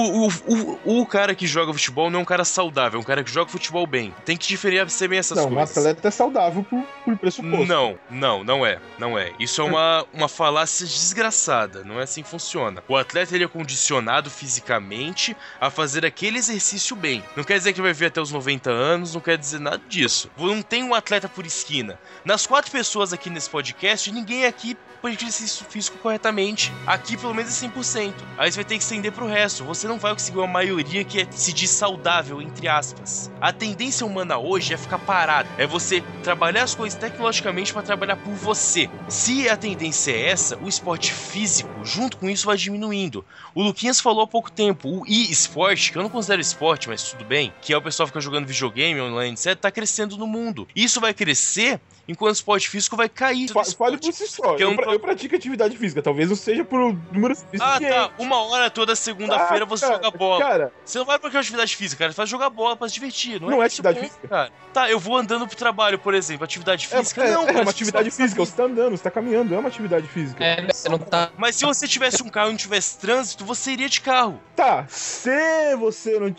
O cara que joga futebol não é um cara saudável, é um cara que joga futebol bem. Tem que diferenciar bem essas coisas. Não, o atleta é saudável por pressuposto. Não é. Isso é uma falácia desgraçada, não é assim que funciona. O atleta, ele é condicionado fisicamente a fazer aquele exercício bem. Não quer dizer que ele vai viver até os 90 anos, não quer dizer nada disso. Não tem um atleta por esquina. Nas 4 pessoas aqui nesse podcast, ninguém aqui pode exercício físico corretamente. Aqui pelo menos é 100%. Aí você vai ter que estender pro resto. Você não vai conseguir uma maioria que se diz saudável, entre aspas. A tendência humana hoje é ficar parado. É você trabalhar as coisas tecnologicamente para trabalhar por você. Se a tendência é essa, o esporte físico, junto com isso, vai diminuindo. O Luquinhas falou há pouco tempo, o e-sport, que eu não considero esporte, mas tudo bem, que é o pessoal que fica jogando videogame online, etc., tá crescendo no mundo. Isso vai crescer enquanto o esporte físico vai cair. Fale por si só. Eu pratico atividade física, talvez não seja por número suficiente. Tá. 1 hora toda segunda-feira você joga bola. Cara, você não vai pra atividade física, cara. Você vai jogar bola pra se divertir. Não é atividade física? Cara. Tá, eu vou andando pro trabalho, por exemplo. Atividade física? É uma atividade física. Você tá andando, você tá caminhando. É uma atividade física. Você não tá... Mas se você tivesse um carro e não tivesse trânsito, você iria de carro. Tá, se você não tivesse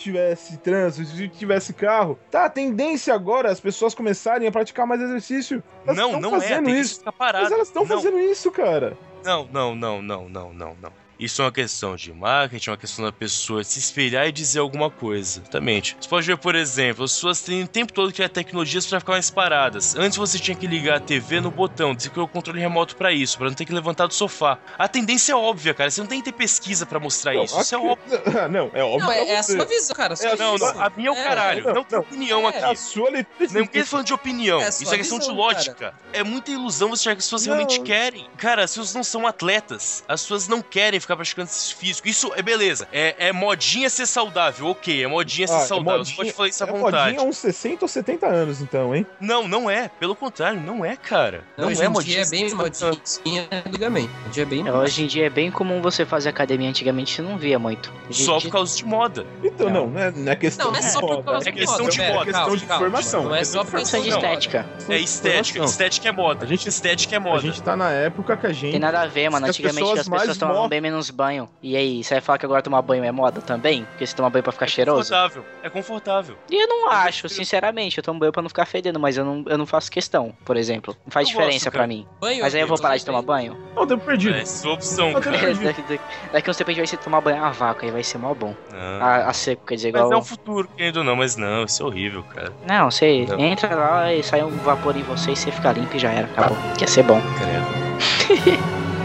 tivesse trânsito, se tivesse carro. Tá, a tendência agora é as pessoas começarem a praticar mais exercício. Elas não é, tem que ficar parado. Mas elas estão fazendo isso, cara. Não. Isso é uma questão de marketing, é uma questão da pessoa se espelhar e dizer alguma coisa. Exatamente. Você pode ver, por exemplo, as pessoas têm o tempo todo que criar tecnologias para ficar mais paradas. Antes você tinha que ligar a TV no botão, desenvolver o controle remoto para isso, para não ter que levantar do sofá. A tendência é óbvia, cara. Você não tem que ter pesquisa para mostrar isso. Isso é óbvio. Não, é óbvio. Não, é a sua visão, cara. A minha é o caralho. Não tem opinião aqui. A sua leitura. Não estou falando de opinião. Isso é questão de lógica. Cara. É muita ilusão você achar que as pessoas realmente querem. Cara, as pessoas não são atletas. As pessoas não querem ficar praticando esses físicos. Isso é beleza. É modinha ser saudável, ok. É modinha ser saudável. Você pode falar isso à vontade. Modinha uns 60 ou 70 anos, então, hein? Não é. Pelo contrário, não é, cara. Não é modinha. Hoje em dia é bem modinha antigamente. Hoje em dia é bem comum você fazer academia. Antigamente você não via muito. Só por causa de moda. Então, não é questão não é só por causa de moda. É questão de moda. É questão de formação. Não é só por questão de estética. É estética. Estética é moda. Estética é moda. A gente tá na época que a gente... Tem nada a ver, mano. Antigamente as pessoas tomavam bem menos banho. E aí, você vai falar que agora tomar banho é moda também? Porque você toma banho pra ficar cheiroso? É confortável. E eu não acho, sinceramente. Eu tomo banho pra não ficar fedendo, mas eu não faço questão, por exemplo. Não faz diferença pra mim. Mas aí eu vou parar de tomar banho? Não, deu perdido. É sua opção, cara. Daqui uns tempos a gente vai ser tomar banho a vácuo, aí vai ser mó bom. A seco, quer dizer, igual... Mas é o futuro, querendo ou não, mas não, isso é horrível, cara. Não, você entra lá e sai um vapor em você e você fica limpo e já era, acabou. Quer ser bom. Credo.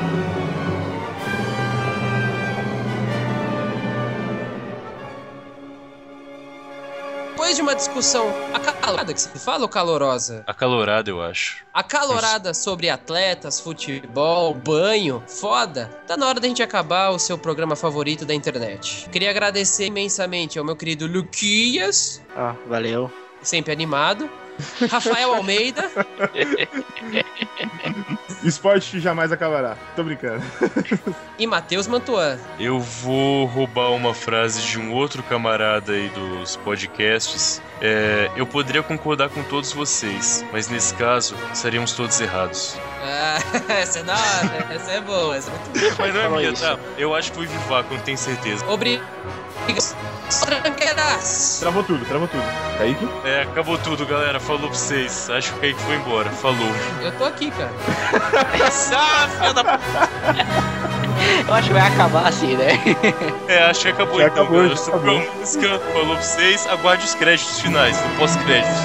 Depois de uma discussão acalorada, que você fala ou calorosa? Acalorada, eu acho. Acalorada sobre atletas, futebol, banho, foda. Tá na hora da gente acabar o seu programa favorito da internet. Queria agradecer imensamente ao meu querido Luquias. Valeu. Sempre animado. Rafael Almeida. Esporte jamais acabará. Tô brincando. E Matheus Mantuan. Eu vou roubar uma frase de um outro camarada aí dos podcasts. Eu poderia concordar com todos vocês, mas nesse caso, estaríamos todos errados. Essa é da hora, essa é boa, essa é muito boa. Mas não é minha, tá? Eu acho que foi Vivaco, não tenho certeza. Obrigado. Travou tudo. Kaique? Acabou tudo, galera. Falou pra vocês. Acho que o Kaique foi embora. Falou. Eu tô aqui, cara. Filha da... Eu acho que vai acabar assim, né? Acho que acabou já então, acabou, galera. Sobrou a música, falou pra vocês. Aguarde os créditos finais, no pós-créditos.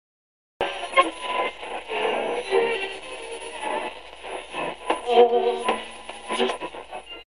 Oh